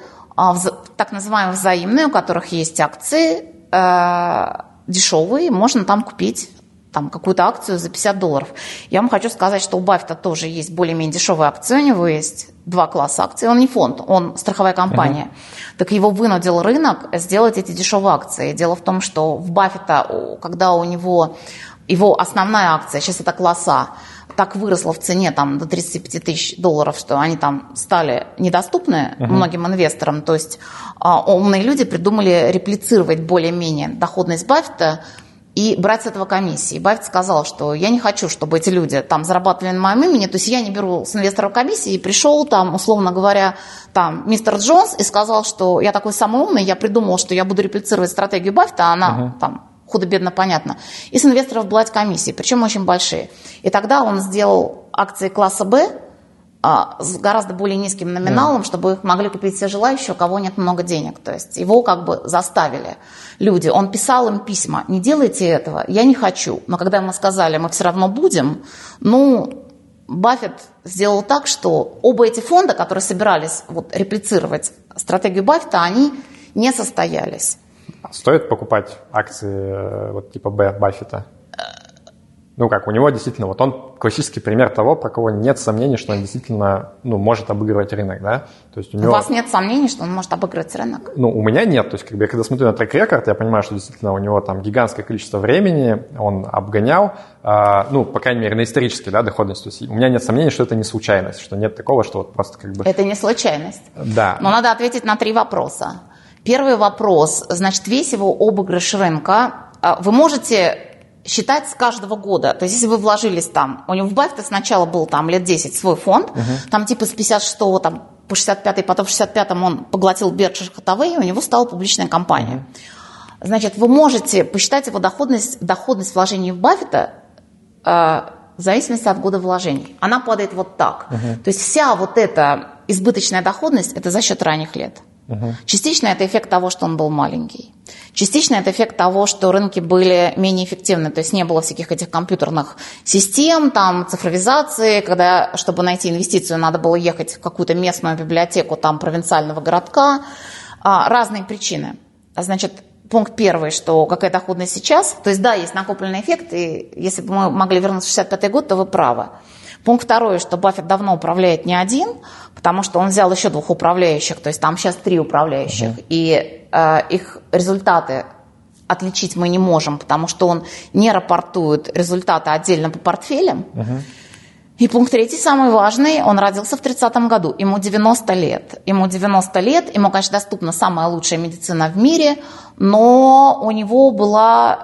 так называемые взаимные, у которых есть акции э, дешевые, можно там купить там, какую-то акцию за пятьдесят долларов. Я вам хочу сказать, что у Баффета тоже есть более-менее дешевые акции. У него есть два класса акций. Он не фонд, он страховая компания. Uh-huh. Так его вынудил рынок сделать эти дешевые акции. Дело в том, что в Баффета, когда у него его основная акция, сейчас это класс А, так выросла в цене там, до тридцать пять тысяч долларов, что они там стали недоступны uh-huh. многим инвесторам. То есть а, умные люди придумали реплицировать более-менее доходность Баффета и брать с этого комиссии. Баффет сказал, что я не хочу, чтобы эти люди там зарабатывали на моем имени, то есть я не беру с инвесторов комиссии, и пришел там, условно говоря, там мистер Джонс и сказал, что я такой самый умный, я придумал, что я буду реплицировать стратегию Баффета, а она uh-huh. там худо-бедно понятно, и с инвесторов брать комиссии, причем очень большие. И тогда он сделал акции класса Б а, с гораздо более низким номиналом, yeah. чтобы их могли купить все желающие, у кого нет много денег. То есть его как бы заставили люди. Он писал им письма: не делайте этого, я не хочу. Но когда ему сказали, мы все равно будем, ну, Баффет сделал так, что оба эти фонда, которые собирались вот, реплицировать стратегию Баффета, они не состоялись. Стоит покупать акции вот типа Б Баффета? Ну как, у него действительно, вот он классический пример того, про кого нет сомнений, что он действительно ну, может обыгрывать рынок, да? То есть у него... У вас нет сомнений, что он может обыгрывать рынок? Ну, у меня нет. То есть, как бы, я когда смотрю на трек-рекорд, я понимаю, что действительно у него там гигантское количество времени, он обгонял, а, ну, по крайней мере, на исторической, да, доходности. То есть у меня нет сомнений, что это не случайность, что нет такого, что вот просто как бы... Это не случайность. Да. Но надо ответить на три вопроса. Первый вопрос, значит, весь его обыгрыш рынка вы можете считать с каждого года. То есть, если вы вложились там, у него в Баффета сначала был там лет десять свой фонд, uh-huh. там типа с пятьдесят шестого там, по шестьдесят пятый, потом в шестьдесят пятом он поглотил Berkshire Hathaway, и у него стала публичная компания. Uh-huh. Значит, вы можете посчитать его доходность, доходность вложений в Баффета э, в зависимости от года вложений. Она падает вот так. Uh-huh. То есть, вся вот эта избыточная доходность, это за счет ранних лет. Uh-huh. Частично это эффект того, что он был маленький. Частично это эффект того, что рынки были менее эффективны, то есть не было всяких этих компьютерных систем, там, цифровизации, когда, чтобы найти инвестицию, надо было ехать в какую-то местную библиотеку там, провинциального городка. А, разные причины. Значит, пункт первый, что какая доходность сейчас, то есть да, есть накопленный эффект, и если бы мы могли вернуться в шестьдесят пятый год, то вы правы. Пункт второй, что Баффет давно управляет не один, потому что он взял еще двух управляющих, то есть там сейчас три управляющих, uh-huh. и э, их результаты отличить мы не можем, потому что он не рапортует результаты отдельно по портфелям. Uh-huh. И пункт третий, самый важный, он родился в тридцатом году, ему девяносто лет. Ему девяносто лет, ему, конечно, доступна самая лучшая медицина в мире, но у него была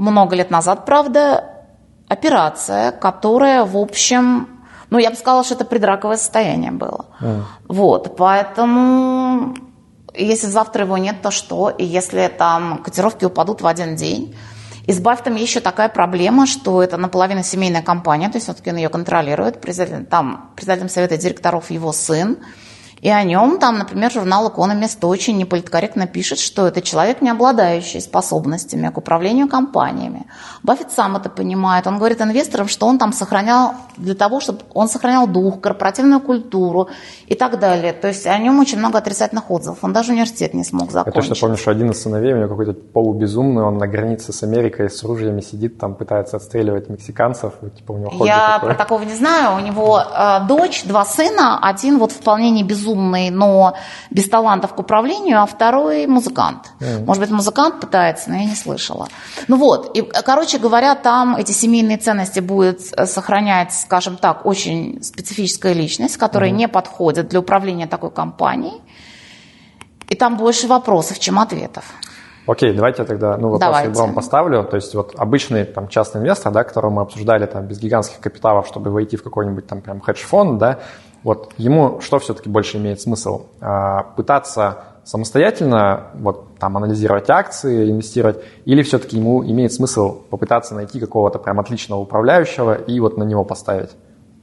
много лет назад, правда, операция, которая, в общем, ну, я бы сказала, что это предраковое состояние было. Mm. Вот, поэтому, если завтра его нет, то что? И если там котировки упадут в один день. И с Баффетом есть еще такая проблема, что это наполовину семейная компания, то есть все-таки он ее контролирует, председатель, там председателем совета директоров его сын. И о нем там, например, журнал «Экономист» очень неполиткорректно пишет, что это человек, не обладающий способностями к управлению компаниями. Баффет сам это понимает. Он говорит инвесторам, что он там сохранял для того, чтобы он сохранял дух, корпоративную культуру и так далее. То есть о нем очень много отрицательных отзывов. Он даже университет не смог закончить. Я точно помню, что один из сыновей у него какой-то полубезумный, он на границе с Америкой с ружьями сидит, там пытается отстреливать мексиканцев. Типа у него хобби Я такое. про такого не знаю. У него э, дочь, два сына, один вот вполне не безумный, но без талантов к управлению, а второй музыкант. Mm. Может быть, музыкант пытается, но я не слышала. Ну вот, и, короче говоря, там эти семейные ценности будет сохранять, скажем так, очень специфическая личность, которая mm. не подходит для управления такой компанией. И там больше вопросов, чем ответов. Окей, давайте я тогда ну, вопрос ребром поставлю. То есть вот обычный там, частный инвестор, да, которого мы обсуждали там, без гигантских капиталов, чтобы войти в какой-нибудь там прям хедж-фонд, да, вот ему что все-таки больше имеет смысл? А, пытаться самостоятельно вот, там, анализировать акции, инвестировать, или все-таки ему имеет смысл попытаться найти какого-то прям отличного управляющего и вот на него поставить?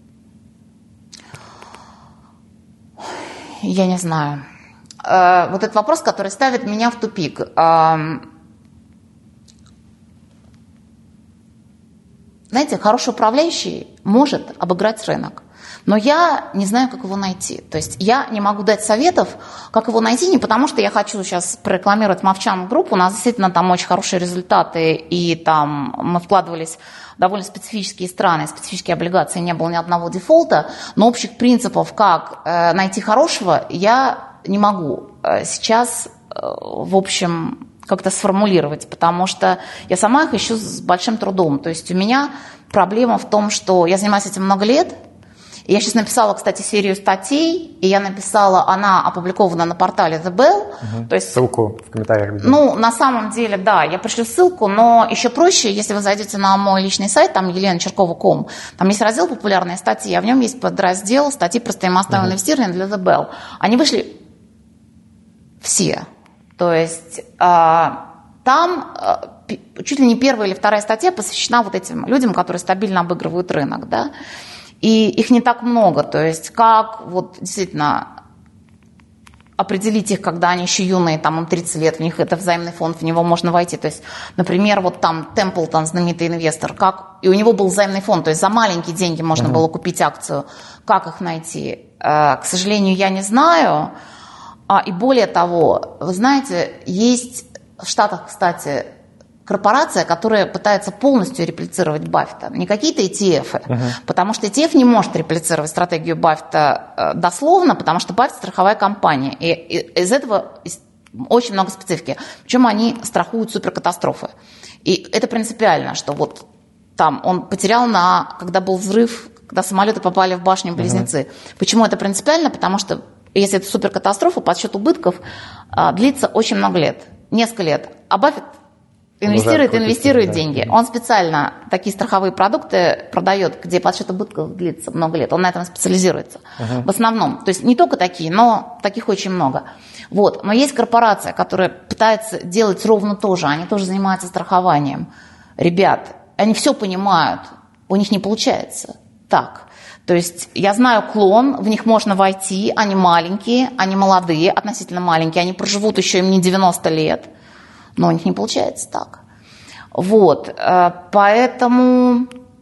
Я не знаю. Вот этот вопрос, который ставит меня в тупик. Знаете, хороший управляющий может обыграть рынок, но я не знаю, как его найти. То есть я не могу дать советов, как его найти, не потому что я хочу сейчас прорекламировать Мовчан группу, у нас действительно там очень хорошие результаты, и там мы вкладывались в довольно специфические страны, специфические облигации, не было ни одного дефолта, но общих принципов, как э, найти хорошего, я не могу сейчас, в общем, как-то сформулировать, потому что я сама их ищу с большим трудом. То есть у меня проблема в том, что я занимаюсь этим много лет. И я сейчас написала, кстати, серию статей, и я написала, она опубликована на портале The Bell. Угу. То есть, ссылку в комментариях. Видимо. Ну, на самом деле, да, я пришлю ссылку, но еще проще, если вы зайдете на мой личный сайт, там елена черкова точка ком, там есть раздел «Популярные статьи», а в нем есть подраздел «Статьи про стоимостное угу. инвестирование» для The Bell. Они вышли все. То есть а, там а, чуть ли не первая или вторая статья посвящена вот этим людям, которые стабильно обыгрывают рынок, да, и их не так много. То есть как вот действительно определить их, когда они еще юные, там им тридцать лет, в них это взаимный фонд, в него можно войти. То есть, например, вот там Темплтон, знаменитый инвестор, как, и у него был взаимный фонд, то есть за маленькие деньги можно mm-hmm. было купить акцию. Как их найти? А, к сожалению, я не знаю. А, и более того, вы знаете, есть в Штатах, кстати, корпорация, которая пытается полностью реплицировать Баффета. Не какие-то и ти эф, uh-huh. потому что и ти эф не может реплицировать стратегию Баффета э, дословно, потому что Баффет – страховая компания. И, и из этого очень много специфики. Причем они страхуют суперкатастрофы. И это принципиально, что вот там он потерял, на, когда был взрыв, когда самолеты попали в башню-близнецы. Uh-huh. Почему это принципиально? Потому что если это суперкатастрофа, подсчет убытков а, длится очень много лет, несколько лет. А Баффет инвестирует, инвестирует да. деньги. Он специально такие страховые продукты продает, где подсчет убытков длится много лет. Он на этом специализируется. Uh-huh. В основном. То есть не только такие, но таких очень много. Вот. Но есть корпорация, которая пытается делать ровно то же. Они тоже занимаются страхованием. Ребят, они все понимают. У них не получается так. То есть я знаю клон, в них можно войти, они маленькие, они молодые, относительно маленькие, они проживут еще им не девяносто лет, но у них не получается так. Вот, поэтому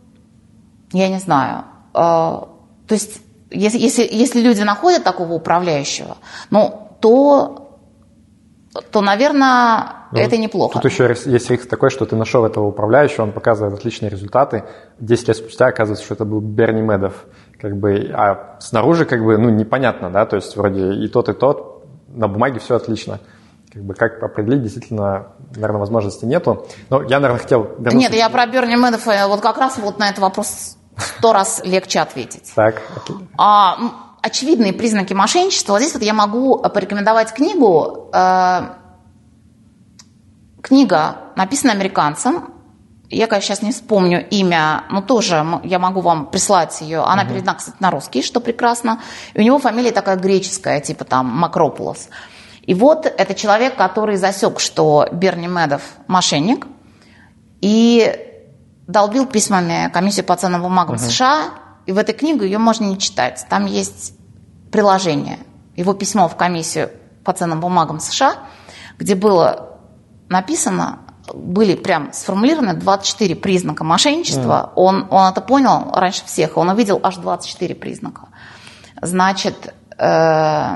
я не знаю. То есть если, если, если люди находят такого управляющего, ну, то... то, наверное, ну, это неплохо. Тут еще есть риск такой, что ты нашел этого управляющего, он показывает отличные результаты. Десять лет спустя оказывается, что это был Берни Медов. Как бы, а снаружи как бы, ну, непонятно, да, то есть вроде и тот, и тот, на бумаге все отлично. Как бы, как определить, действительно, наверное, возможности нету. Но я, наверное, хотел... Вернуться... Нет, я про Берни Медова вот как раз вот на этот вопрос сто раз легче ответить. Так. А, очевидные признаки мошенничества. Вот здесь вот я могу порекомендовать книгу. Э, книга написана американцем, я, конечно, сейчас не вспомню имя, но тоже я могу вам прислать ее. Она uh-huh. переведена, кстати, на русский, что прекрасно. И у него фамилия такая греческая, типа там Макропулос. И вот это человек, который засек, что Берни Медов мошенник, и долбил письмами комиссию по ценным бумагам uh-huh. США. И в этой книге ее можно не читать. Там есть приложение, его письмо в комиссию по ценным бумагам США, где было написано, были прям сформулированы двадцать четыре признака мошенничества. Mm. Он, он это понял раньше всех, он увидел аж двадцать четыре признака. Значит, э,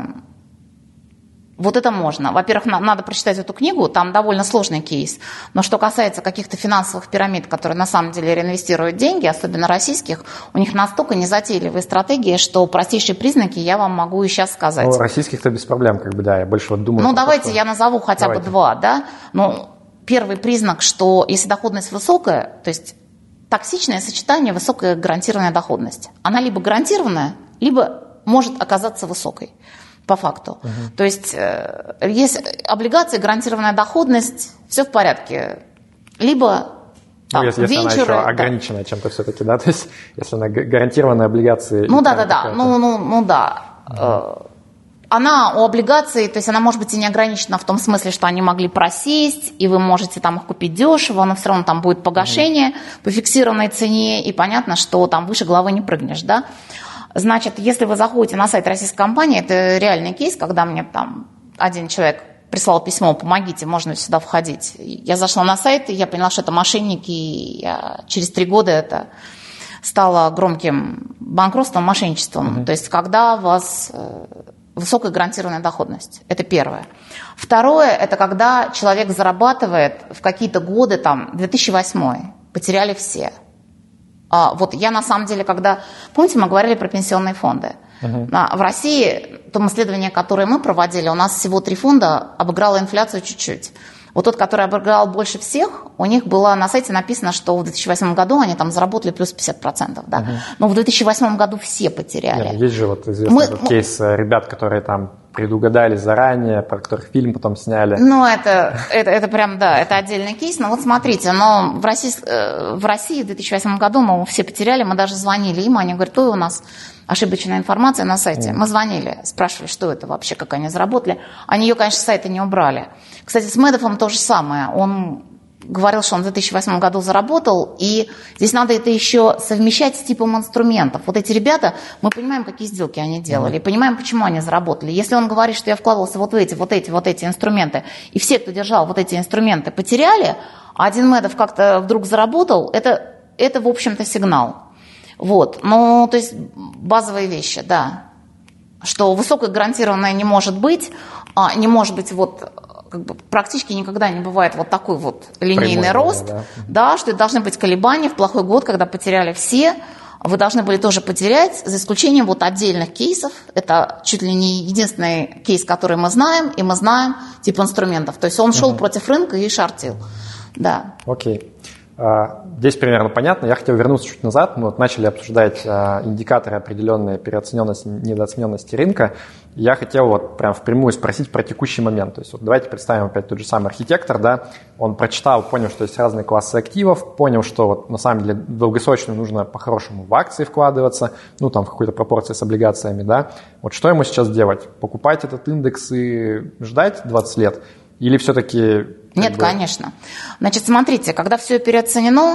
вот это можно. Во-первых, на, надо прочитать эту книгу, там довольно сложный кейс. Но что касается каких-то финансовых пирамид, которые на самом деле реинвестируют деньги, особенно российских, у них настолько незатейливые стратегии, что простейшие признаки я вам могу и сейчас сказать. Ну, российских-то без проблем, как бы, да, я больше вот думаю. Ну, давайте то, что... я назову хотя давайте. бы два, да. Ну, первый признак, что если доходность высокая, то есть токсичное сочетание, высокая гарантированная доходность. Она либо гарантированная, либо может оказаться высокой. По факту. Uh-huh. То есть э, есть облигации, гарантированная доходность, все в порядке. Либо там, ну, если, если венчуры, она еще ограничена да. чем-то все-таки, да, то есть если она гарантированная облигации. Ну да, да, да, ну, ну, ну да. Uh-huh. Она у облигаций, то есть она может быть и не ограничена в том смысле, что они могли просесть, и вы можете там их купить дешево, но все равно там будет погашение uh-huh. по фиксированной цене, и понятно, что там выше головы не прыгнешь, да. Значит, если вы заходите на сайт российской компании, это реальный кейс, когда мне там один человек прислал письмо, помогите, можно сюда входить. Я зашла на сайт, и я поняла, что это мошенники, и я через три года это стало громким банкротством, мошенничеством. Uh-huh. То есть когда у вас высокая гарантированная доходность. Это первое. Второе, это когда человек зарабатывает в какие-то годы, там, две тысячи восьмой, потеряли все. Вот я на самом деле, когда... Помните, мы говорили про пенсионные фонды? Uh-huh. В России, в том исследовании, которое мы проводили, у нас всего три фонда обыграло инфляцию чуть-чуть. Вот тот, который обыграл больше всех, у них было на сайте написано, что в две тысячи восьмом году они там заработали плюс пятьдесят процентов. Да? Uh-huh. Но в две тысячи восьмом году все потеряли. Нет, есть же вот известный мы, этот мы... кейс ребят, которые там предугадали заранее, про которых фильм потом сняли. Ну, это, это, это прям, да, это отдельный кейс. Но вот смотрите, но в России, в России в две тысячи восьмом году мы все потеряли, мы даже звонили им, они говорят, ой, у нас ошибочная информация на сайте. Mm. Мы звонили, спрашивали, что это вообще, как они заработали. Они ее, конечно, с сайта не убрали. Кстати, с Медовым то же самое. Он говорил, что он в две тысячи восьмом году заработал, и здесь надо это еще совмещать с типом инструментов. Вот эти ребята, мы понимаем, какие сделки они делали, mm-hmm. и понимаем, почему они заработали. Если он говорит, что я вкладывался вот в эти, вот эти, вот эти инструменты, и все, кто держал вот эти инструменты, потеряли, а один Медов как-то вдруг заработал, это, это в общем-то, сигнал. Вот, ну, то есть базовые вещи, да, что высокая гарантированная не может быть, а не может быть вот... Как бы практически никогда не бывает вот такой вот линейный Прямой, рост, да. да, что это должны быть колебания в плохой год, когда потеряли все, вы должны были тоже потерять, за исключением вот отдельных кейсов, это чуть ли не единственный кейс, который мы знаем, и мы знаем тип инструментов, то есть он шел uh-huh. против рынка и шортил, да. Окей. Здесь примерно понятно. Я хотел вернуться чуть назад. Мы вот начали обсуждать индикаторы определенной переоцененности, недооцененности рынка. Я хотел вот прям впрямую спросить про текущий момент. То есть вот давайте представим опять тот же самый архитектор, да, он прочитал, понял, что есть разные классы активов, понял, что вот на самом деле долгосрочно нужно по-хорошему в акции вкладываться, ну там в какой-то пропорции с облигациями, да. Вот что ему сейчас делать? Покупать этот индекс и ждать двадцать лет? Или все-таки... Нет, бы... конечно. Значит, смотрите, когда все переоценено,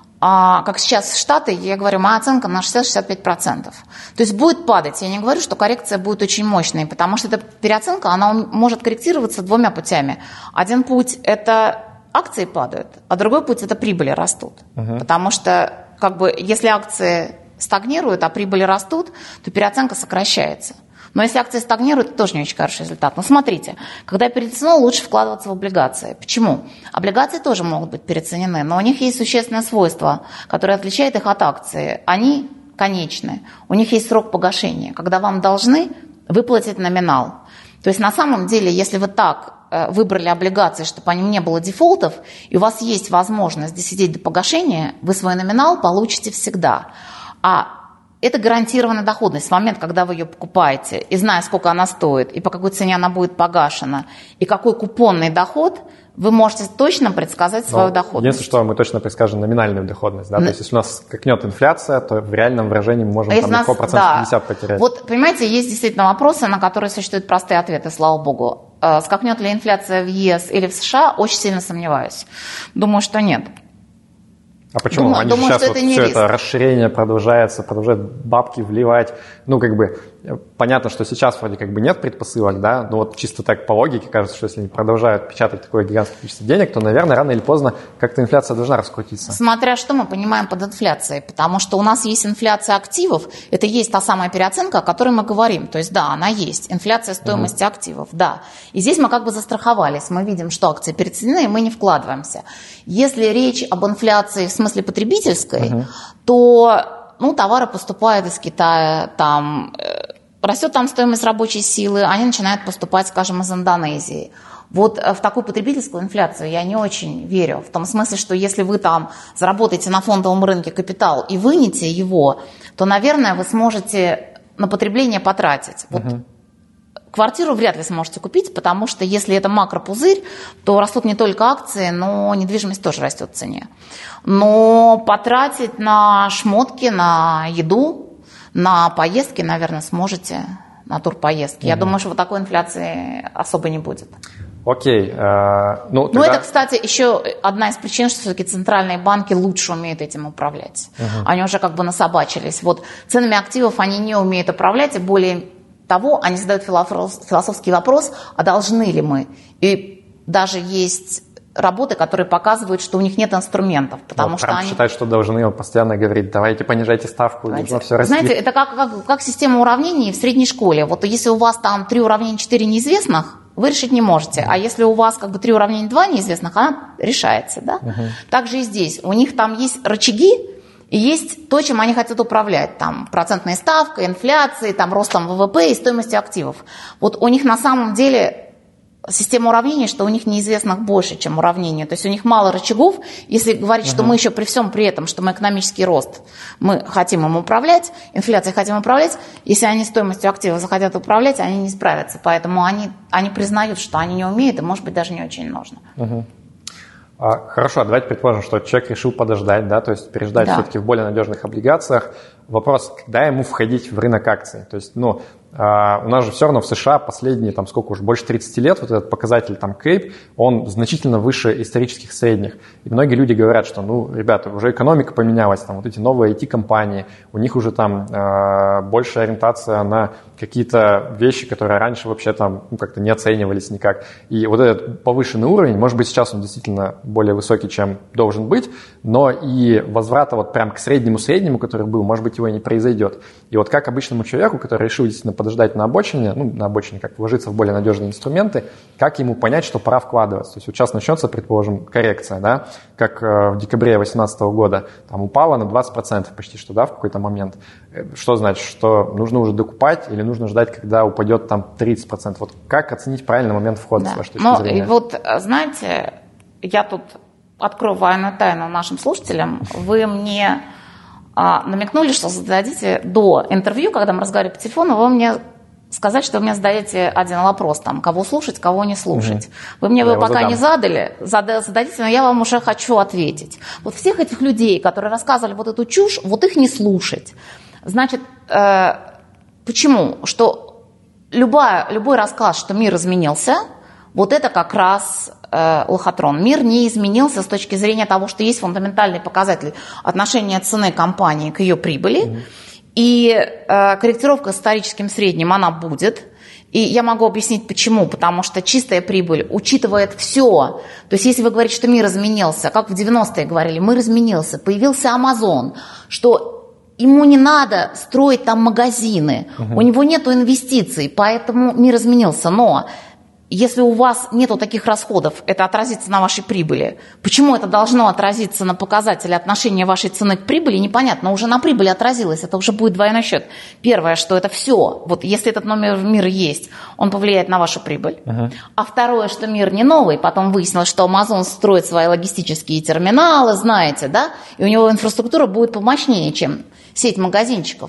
а, как сейчас Штаты, я говорю, моя оценка на шестьдесят-шестьдесят пять процентов. То есть будет падать. Я не говорю, что коррекция будет очень мощной, потому что эта переоценка, она может корректироваться двумя путями. Один путь – это акции падают, а другой путь – это прибыли растут. Uh-huh. Потому что как бы, если акции стагнируют, а прибыли растут, то переоценка сокращается. Но если акции стагнируют, это тоже не очень хороший результат. Но смотрите, когда переоценено, лучше вкладываться в облигации. Почему? Облигации тоже могут быть переоценены, но у них есть существенное свойство, которое отличает их от акции. Они конечны. У них есть срок погашения, когда вам должны выплатить номинал. То есть на самом деле, если вы так выбрали облигации, чтобы по ним не было дефолтов, и у вас есть возможность досидеть до погашения, вы свой номинал получите всегда. А это гарантированная доходность. В момент, когда вы ее покупаете, и зная, сколько она стоит, и по какой цене она будет погашена, и какой купонный доход, вы можете точно предсказать свою Но доходность. Единственное, что мы точно предскажем номинальную доходность. Да? На... То есть, если у нас скакнет инфляция, то в реальном выражении мы можем там легко процентов да. пятьдесят потерять. Вот, понимаете, есть действительно вопросы, на которые существуют простые ответы, слава богу. Скакнет ли инфляция в ЕС или в США, очень сильно сомневаюсь. Думаю, что нет. А почему? Думаю, Они думаю, сейчас что вот это не все риск. это расширение продолжается, продолжают бабки вливать. Ну, как бы, понятно, что сейчас вроде как бы нет предпосылок, да, но вот чисто так по логике кажется, что если они продолжают печатать такое гигантское количество денег, то, наверное, рано или поздно как-то инфляция должна раскрутиться. Смотря что мы понимаем под инфляцией, потому что у нас есть инфляция активов, это есть та самая переоценка, о которой мы говорим, то есть да, она есть, инфляция стоимости mm-hmm. активов, да. И здесь мы как бы застраховались, мы видим, что акции переоценены, и мы не вкладываемся. Если речь об инфляции в смысле потребительской, uh-huh. то ну, товары поступают из Китая, там, э, растет там стоимость рабочей силы, они начинают поступать, скажем, из Индонезии. Вот в такую потребительскую инфляцию я не очень верю. В том смысле, что если вы там заработаете на фондовом рынке капитал и вынете его, то, наверное, вы сможете на потребление потратить. Вот uh-huh. Квартиру вряд ли сможете купить, потому что если это макропузырь, то растут не только акции, но недвижимость тоже растет в цене. Но потратить на шмотки, на еду, на поездки, наверное, сможете, на турпоездки. Mm-hmm. Я думаю, что вот такой инфляции особо не будет. Окей. Okay. Uh, ну, тогда... ну, это, кстати, еще одна из причин, что все-таки центральные банки лучше умеют этим управлять. Uh-huh. Они уже как бы насобачились. Вот ценами активов они не умеют управлять, и более того, они задают философский вопрос, а должны ли мы? И даже есть работы, которые показывают, что у них нет инструментов, потому вот, что Трамп они... считает, что должны, он постоянно говорит, давайте понижайте ставку, должно все расти. Знаете, это как, как, как система уравнений в средней школе. Вот если у вас там три уравнения, четыре неизвестных, вы решить не можете. А если у вас как бы три уравнения, два неизвестных, она решается, да? Угу. Так же и здесь. У них там есть рычаги, и есть то, чем они хотят управлять, там, процентной ставкой, инфляцией, там, ростом ВВП и стоимостью активов. Вот у них на самом деле система уравнений, что у них неизвестных больше, чем уравнения. То есть у них мало рычагов. Если говорить, uh-huh. что мы еще при всем при этом, что мы экономический рост, мы хотим им управлять, инфляцией хотим управлять, если они стоимостью активов захотят управлять, они не справятся. Поэтому они, они признают, что они не умеют, и, может быть, даже не очень нужно. Uh-huh. Хорошо, давайте предположим, что человек решил подождать, да, то есть переждать да. все-таки в более надежных облигациях. Вопрос, когда ему входить в рынок акций? То есть, ну, у нас же все равно в США последние, там, сколько уже, больше тридцати лет, вот этот показатель, там, кейп, он значительно выше исторических средних. И многие люди говорят, что, ну, ребята, уже экономика поменялась, там, вот эти новые ай ти-компании, у них уже там э, большая ориентация на какие-то вещи, которые раньше вообще там, ну, как-то не оценивались никак. И вот этот повышенный уровень, может быть, сейчас он действительно более высокий, чем должен быть, но и возврата вот прям к среднему-среднему, который был, может быть, его и не произойдет. И вот как обычному человеку, который решил действительно подождать на обочине, ну, на обочине как вложиться в более надежные инструменты, как ему понять, что пора вкладываться? То есть вот сейчас начнется, предположим, коррекция, да, как э, в декабре две тысячи восемнадцатого года, там упала на двадцать процентов почти что, да, в какой-то момент. Что значит, что нужно уже докупать или нужно ждать, когда упадет там тридцать процентов? Вот как оценить правильный момент входа, да. с вашей точки Но, зрения? И вот, знаете, я тут открою военную тайну нашим слушателям. Вы мне а, намекнули, что зададите до интервью, когда мы разговаривали по телефону, вы мне сказать, что вы мне задаете один вопрос, там, кого слушать, кого не слушать. Угу. Вы мне его пока задам. не задали, зададите, но я вам уже хочу ответить. Вот всех этих людей, которые рассказывали вот эту чушь, вот их не слушать. Значит, э, почему? Что любая, любой рассказ, что мир изменился, вот это как раз э, лохотрон. Мир не изменился с точки зрения того, что есть фундаментальный показатель отношения цены компании к ее прибыли. Mm-hmm. И э, корректировка с историческим средним, она будет. И я могу объяснить почему. Потому что чистая прибыль учитывает все. То есть если вы говорите, что мир изменился, как в девяностые говорили, мир изменился, появился Amazon, что ему не надо строить там магазины, угу. у него нет инвестиций, поэтому мир изменился. Но если у вас нету таких расходов, это отразится на вашей прибыли. Почему это должно отразиться на показателе отношения вашей цены к прибыли, непонятно. Уже на прибыли отразилось, это уже будет двойной счет. Первое, что это все. Вот если этот номер мира есть, он повлияет на вашу прибыль. Uh-huh. А второе, что мир не новый. Потом выяснилось, что Amazon строит свои логистические терминалы, знаете, да? И у него инфраструктура будет помощнее, чем сеть магазинчиков.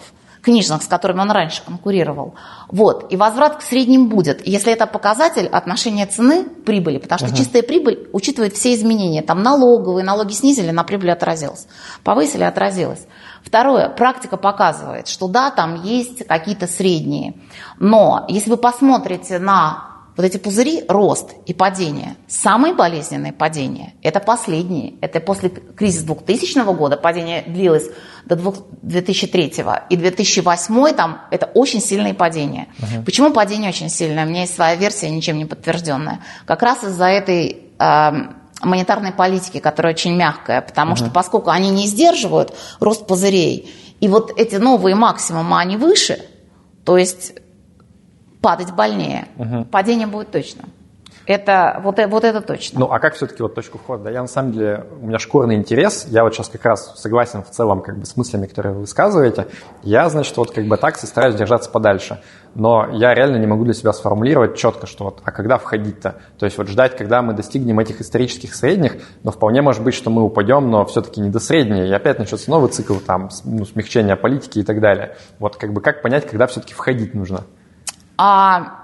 книжных, с которыми он раньше конкурировал. Вот. И возврат к средним будет, если это показатель отношения цены к прибыли, потому что uh-huh. чистая прибыль учитывает все изменения. Там налоговые, налоги снизили, на прибыль отразилось. Повысили, отразилось. Второе. Практика показывает, что да, там есть какие-то средние. Но если вы посмотрите на вот эти пузыри, рост и падение, самые болезненные падения – это последние. Это после кризиса двухтысячного года, падение длилось до две тысячи третьего, и две тысячи восьмой там это очень сильные падения. Uh-huh. Почему падение очень сильное? У меня есть своя версия, ничем не подтвержденная. Как раз из-за этой э, монетарной политики, которая очень мягкая, потому uh-huh. что поскольку они не сдерживают рост пузырей, и вот эти новые максимумы, они выше, то есть падать больнее. Угу. Падение будет точно. Это, вот, вот это точно. Ну, а как все-таки вот точку входа? Да, я на самом деле, у меня шкурный интерес, я вот сейчас как раз согласен в целом как бы с мыслями, которые вы высказываете. Я, значит, вот как бы так стараюсь держаться подальше. Но я реально не могу для себя сформулировать четко, что вот, а когда входить-то? То есть вот ждать, когда мы достигнем этих исторических средних, но вполне может быть, что мы упадем, но все-таки не до средней, и опять начнется новый цикл там, ну, смягчения политики и так далее. Вот как бы как понять, когда все-таки входить нужно? А,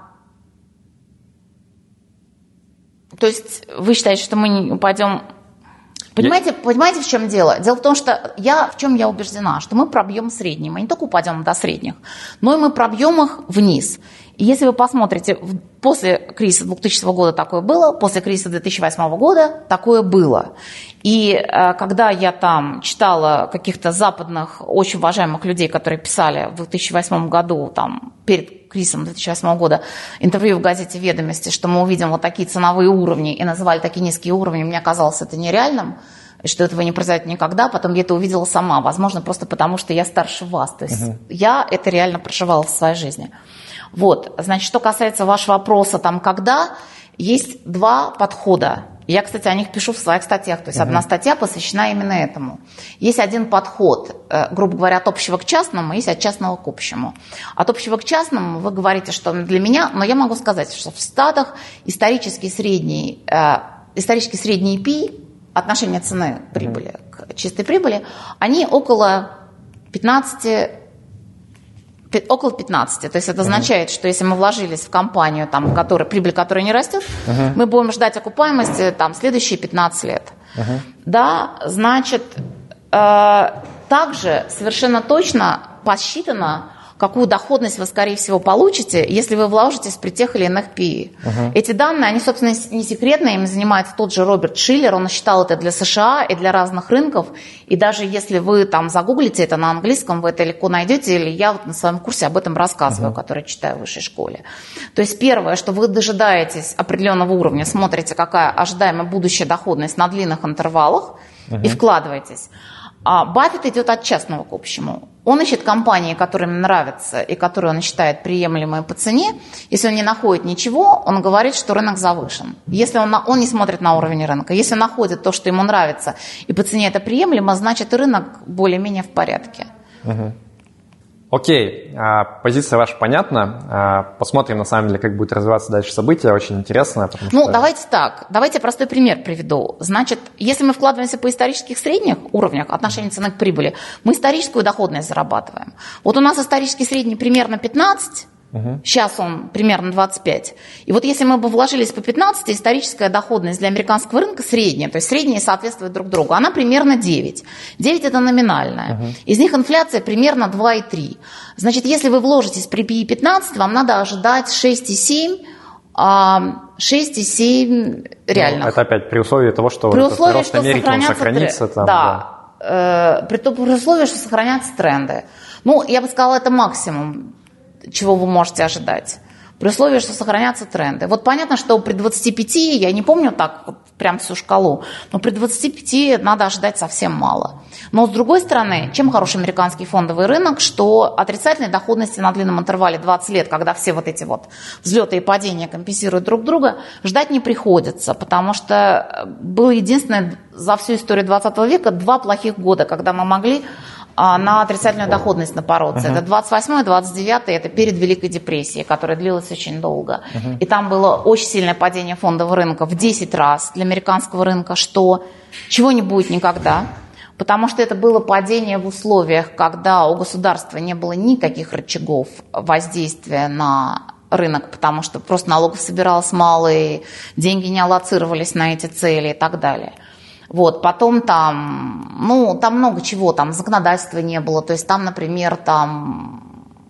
то есть вы считаете, что мы не упадем? Понимаете, я... понимаете, в чем дело? Дело в том, что я в чем я убеждена, что мы пробьем средние. Мы не только упадем до средних, но и мы пробьем их вниз. И если вы посмотрите, после кризиса двухтысячного года такое было, после кризиса две тысячи восьмого года такое было. И э, когда я там читала каких-то западных, очень уважаемых людей, которые писали в две тысячи восьмом году, там, перед кризисом две тысячи восьмого года, интервью в газете «Ведомости», что мы увидим вот такие ценовые уровни, и называли такие низкие уровни, мне казалось это нереальным, что этого не произойдет никогда. Потом я это увидела сама, возможно, просто потому, что я старше вас. То есть uh-huh. я это реально проживала в своей жизни. Вот, значит, что касается вашего вопроса, там, когда, есть два подхода. Я, кстати, о них пишу в своих статьях. То есть uh-huh. одна статья посвящена именно этому. Есть один подход, грубо говоря, от общего к частному, есть от частного к общему. От общего к частному вы говорите, что для меня, но я могу сказать, что в Штатах исторический средний, э, исторический средний пи, отношение цены к прибыли uh-huh. к чистой прибыли, они около пятнадцати, около пятнадцати. То есть это означает, uh-huh. что если мы вложились в компанию, там, которая, прибыль которой не растет, uh-huh. мы будем ждать окупаемости там, следующие пятнадцать лет. Uh-huh. Да, значит, э, также совершенно точно посчитано, какую доходность вы, скорее всего, получите, если вы вложитесь при тех или иных пи. Uh-huh. Эти данные, они, собственно, не секретные, им занимается тот же Роберт Шиллер, он считал это для США и для разных рынков, и даже если вы там загуглите это на английском, вы это легко найдете, или я вот на своем курсе об этом рассказываю, uh-huh. который читаю в высшей школе. То есть первое, что вы дожидаетесь определенного уровня, смотрите, какая ожидаемая будущая доходность на длинных интервалах, uh-huh. и вкладываетесь. А Баффет идет от частного к общему. Он ищет компании, которые ему нравятся и которые он считает приемлемые по цене. Если он не находит ничего, он говорит, что рынок завышен. Если он, он не смотрит на уровень рынка. Если он находит то, что ему нравится, и по цене это приемлемо, значит, рынок более-менее в порядке. Угу. Окей, позиция ваша понятна. Посмотрим, на самом деле, как будет развиваться дальше события. Очень интересно. Ну, что... давайте так. Давайте простой пример приведу. Значит, если мы вкладываемся по исторических средних уровнях отношения цены к прибыли, мы историческую доходность зарабатываем. Вот у нас исторический средний примерно пятнадцать, угу. сейчас он примерно двадцать пять. И вот если мы бы вложились по пятнадцать, историческая доходность для американского рынка средняя, то есть средние соответствуют друг другу, она примерно девять. девять – это номинальная. Угу. Из них инфляция примерно два и три. Значит, если вы вложитесь при пи и пятнадцать, вам надо ожидать шесть и семь, шесть и семь реальных. Ну, это опять при условии того, что при условии, рост Америки он сохранится. Там, да, да. Э, при, при условии, что сохранятся тренды. Ну, я бы сказала, это максимум, чего вы можете ожидать, при условии, что сохранятся тренды. Вот понятно, что при двадцати пяти, я не помню так вот прям всю шкалу, но при двадцати пяти надо ожидать совсем мало. Но с другой стороны, чем хороший американский фондовый рынок, что отрицательной доходности на длинном интервале двадцать лет, когда все вот эти вот взлеты и падения компенсируют друг друга, ждать не приходится, потому что было единственное за всю историю двадцатого века два плохих года, когда мы могли на отрицательную доходность напороться. Uh-huh. Это двадцать восьмой, двадцать девятый, это перед Великой депрессией, которая длилась очень долго. Uh-huh. И там было очень сильное падение фондового рынка в десять раз для американского рынка, что чего не будет никогда. Потому что это было падение в условиях, когда у государства не было никаких рычагов воздействия на рынок, потому что просто налогов собиралось мало, и деньги не аллоцировались на эти цели и так далее. Вот, потом там, ну, там много чего, там законодательства не было, то есть там, например, там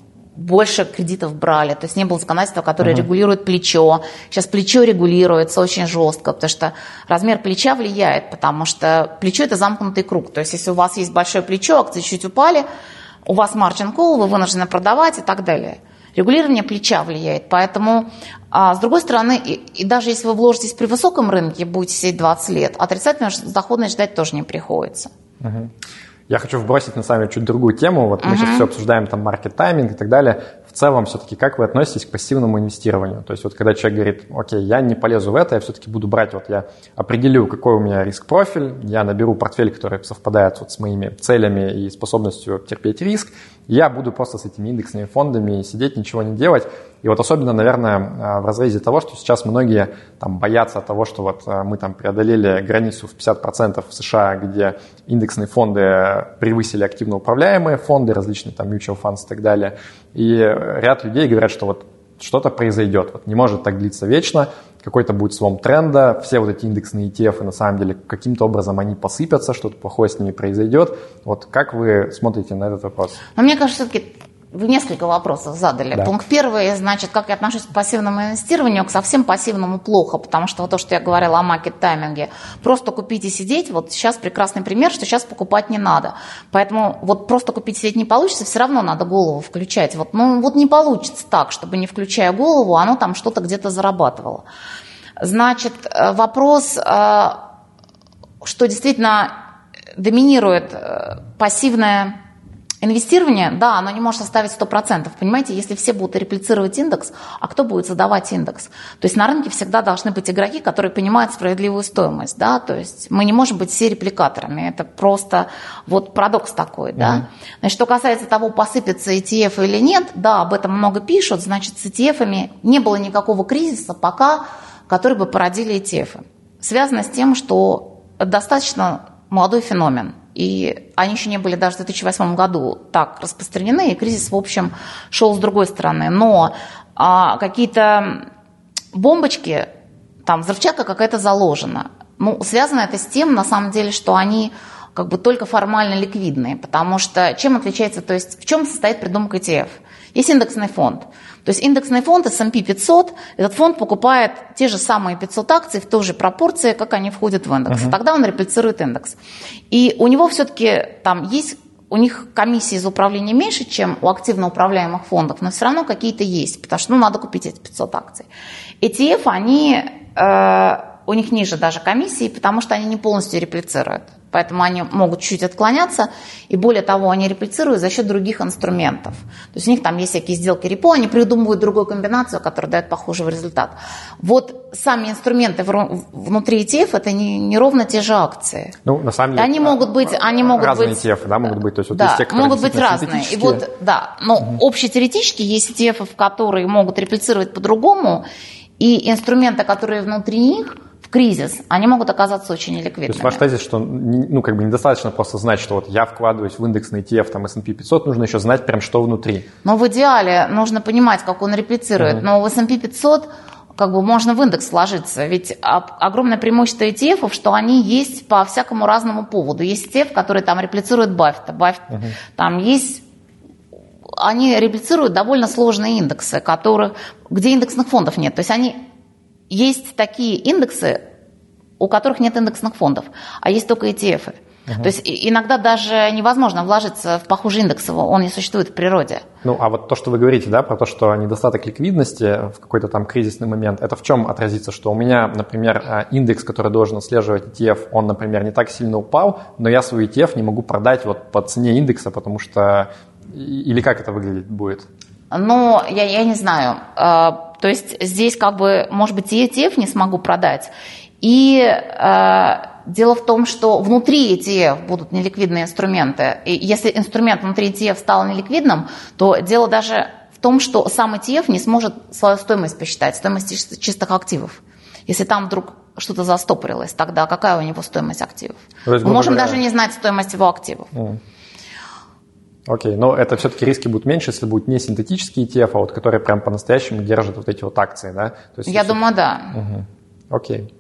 больше кредитов брали, то есть не было законодательства, которое uh-huh. регулирует плечо. Сейчас плечо регулируется очень жестко, потому что размер плеча влияет, потому что плечо – это замкнутый круг, то есть если у вас есть большое плечо, акции чуть упали, у вас margin call, вы вынуждены продавать и так далее. Регулирование плеча влияет, поэтому, а, с другой стороны, и, и даже если вы вложитесь при высоком рынке, будете сидеть двадцать лет, отрицательно доходность ждать тоже не приходится. Uh-huh. Я хочу вбросить на самом деле чуть другую тему. Вот uh-huh. мы сейчас все обсуждаем, там, маркет-тайминг и так далее. В целом, все-таки, как вы относитесь к пассивному инвестированию? То есть, вот когда человек говорит, окей, я не полезу в это, я все-таки буду брать, вот я определю, какой у меня риск-профиль, я наберу портфель, который совпадает вот с моими целями и способностью терпеть риск, и я буду просто с этими индексными фондами сидеть, ничего не делать. И вот особенно, наверное, в разрезе того, что сейчас многие там боятся того, что вот мы там преодолели границу в пятьдесят процентов в США, где индексные фонды превысили активно управляемые фонды, различные там mutual funds и так далее. И ряд людей говорят, что вот что-то произойдет, вот не может так длиться вечно, какой-то будет слом тренда, все вот эти индексные и ти эф, на самом деле, каким-то образом они посыпятся, что-то плохое с ними произойдет. Вот как вы смотрите на этот вопрос? Но мне кажется, все-таки вы несколько вопросов задали. Да. Пункт первый, значит, как я отношусь к пассивному инвестированию, к совсем пассивному плохо, потому что вот то, что я говорила о маркет-тайминге, просто купить и сидеть, вот сейчас прекрасный пример, что сейчас покупать не надо. Поэтому вот просто купить и сидеть не получится, все равно надо голову включать. Вот, ну вот не получится так, чтобы не включая голову, оно там что-то где-то зарабатывало. Значит, вопрос, что действительно доминирует пассивное инвестирование, да, оно не может составить сто процентов. Понимаете, если все будут реплицировать индекс, а кто будет задавать индекс? То есть на рынке всегда должны быть игроки, которые понимают справедливую стоимость, да, то есть мы не можем быть все репликаторами, это просто вот парадокс такой, да. Mm-hmm. Значит, что касается того, посыпется и ти эф или нет, да, об этом много пишут, значит, с и ти эф-ами не было никакого кризиса пока, который бы породили и ти эф. Связано с тем, что достаточно молодой феномен. И они еще не были даже в две тысячи восьмом году так распространены, и кризис, в общем, шел с другой стороны. Но а, какие-то бомбочки, там взрывчатка какая-то заложена. Ну, связано это с тем, на самом деле, что они как бы только формально ликвидные, потому что чем отличается, то есть в чем состоит придумка и ти эф? Есть индексный фонд. То есть индексный фонд эс энд пи пятьсот, этот фонд покупает те же самые пятьсот акций в той же пропорции, как они входят в индекс. Uh-huh. Тогда он реплицирует индекс. И у него все-таки там есть, у них комиссии за управление меньше, чем у активно управляемых фондов, но все равно какие-то есть, потому что ну, надо купить эти пятьсот акций. и ти эф, они, э, у них ниже даже комиссии, потому что они не полностью реплицируют. Поэтому они могут чуть отклоняться, и более того, они реплицируют за счет других инструментов. То есть у них там есть всякие сделки репо, они придумывают другую комбинацию, которая дает похожий результат. Вот сами инструменты внутри и ти эф – это не, не ровно те же акции. Ну, на самом деле, они могут быть, они могут разные быть, и ти эф, да, могут быть. То есть вот да, есть те, которые могут быть разные. И вот, да, но угу. общетеоретически есть и ти эф, которые могут реплицировать по-другому, и инструменты, которые внутри них – кризис, они могут оказаться очень неликвидными. То есть ваш тезис, что ну, как бы недостаточно просто знать, что вот я вкладываюсь в индексный и ти эф, там эс энд пи пятьсот, нужно еще знать прям, что внутри. Но в идеале нужно понимать, как он реплицирует. Uh-huh. Но в эс энд пи пятьсот как бы можно в индекс вложиться. Ведь огромное преимущество и ти эф, что они есть по всякому разному поводу. Есть и ти эф, который там реплицирует Баффета. Баффет, uh-huh. Там есть... Они реплицируют довольно сложные индексы, которых, где индексных фондов нет. То есть они... Есть такие индексы, у которых нет индексных фондов, а есть только и ти эф. Uh-huh. То есть иногда даже невозможно вложиться в похожий индекс, он не существует в природе. Ну, а вот то, что вы говорите, да, про то, что недостаток ликвидности в какой-то там кризисный момент, это в чем отразится? Что у меня, например, индекс, который должен отслеживать и ти эф, он, например, не так сильно упал, но я свой и ти эф не могу продать вот по цене индекса, потому что... Или как это выглядеть будет? Ну, я, я не знаю. То есть здесь как бы, может быть, и ти эф не смогу продать. И э, дело в том, что внутри и ти эф будут неликвидные инструменты. И если инструмент внутри и ти эф стал неликвидным, то дело даже в том, что сам и ти эф не сможет свою стоимость посчитать, стоимость чистых активов. Если там вдруг что-то застопорилось, тогда какая у него стоимость активов? есть, мы можем говоря... даже не знать стоимость его активов. Mm. Окей, но это все-таки риски будут меньше, если будет не синтетический и ти эф, а вот которые прям по-настоящему держат вот эти вот акции, да? То есть, Я если... думаю, да. Угу. Окей.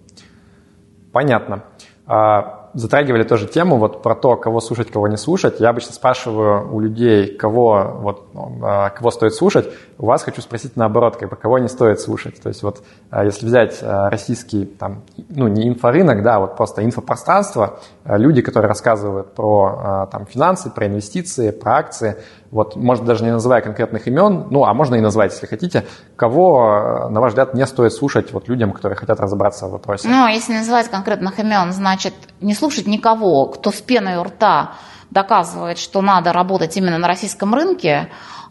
Понятно. А, затрагивали тоже тему вот про то, кого слушать, кого не слушать. Я обычно спрашиваю у людей, кого, вот, а, кого стоит слушать. У вас хочу спросить наоборот, как бы, кого не стоит слушать. То есть вот а, если взять а, российский, там, ну не инфорынок, да, вот просто инфопространство, а, люди, которые рассказывают про а, там, финансы, про инвестиции, про акции, вот, может, даже не называя конкретных имен, ну, а можно и назвать, если хотите, кого, на ваш взгляд, не стоит слушать вот людям, которые хотят разобраться в вопросе? Ну, если называть конкретных имен, значит, не слушать никого, кто с пеной у рта доказывает, что надо работать именно на российском рынке,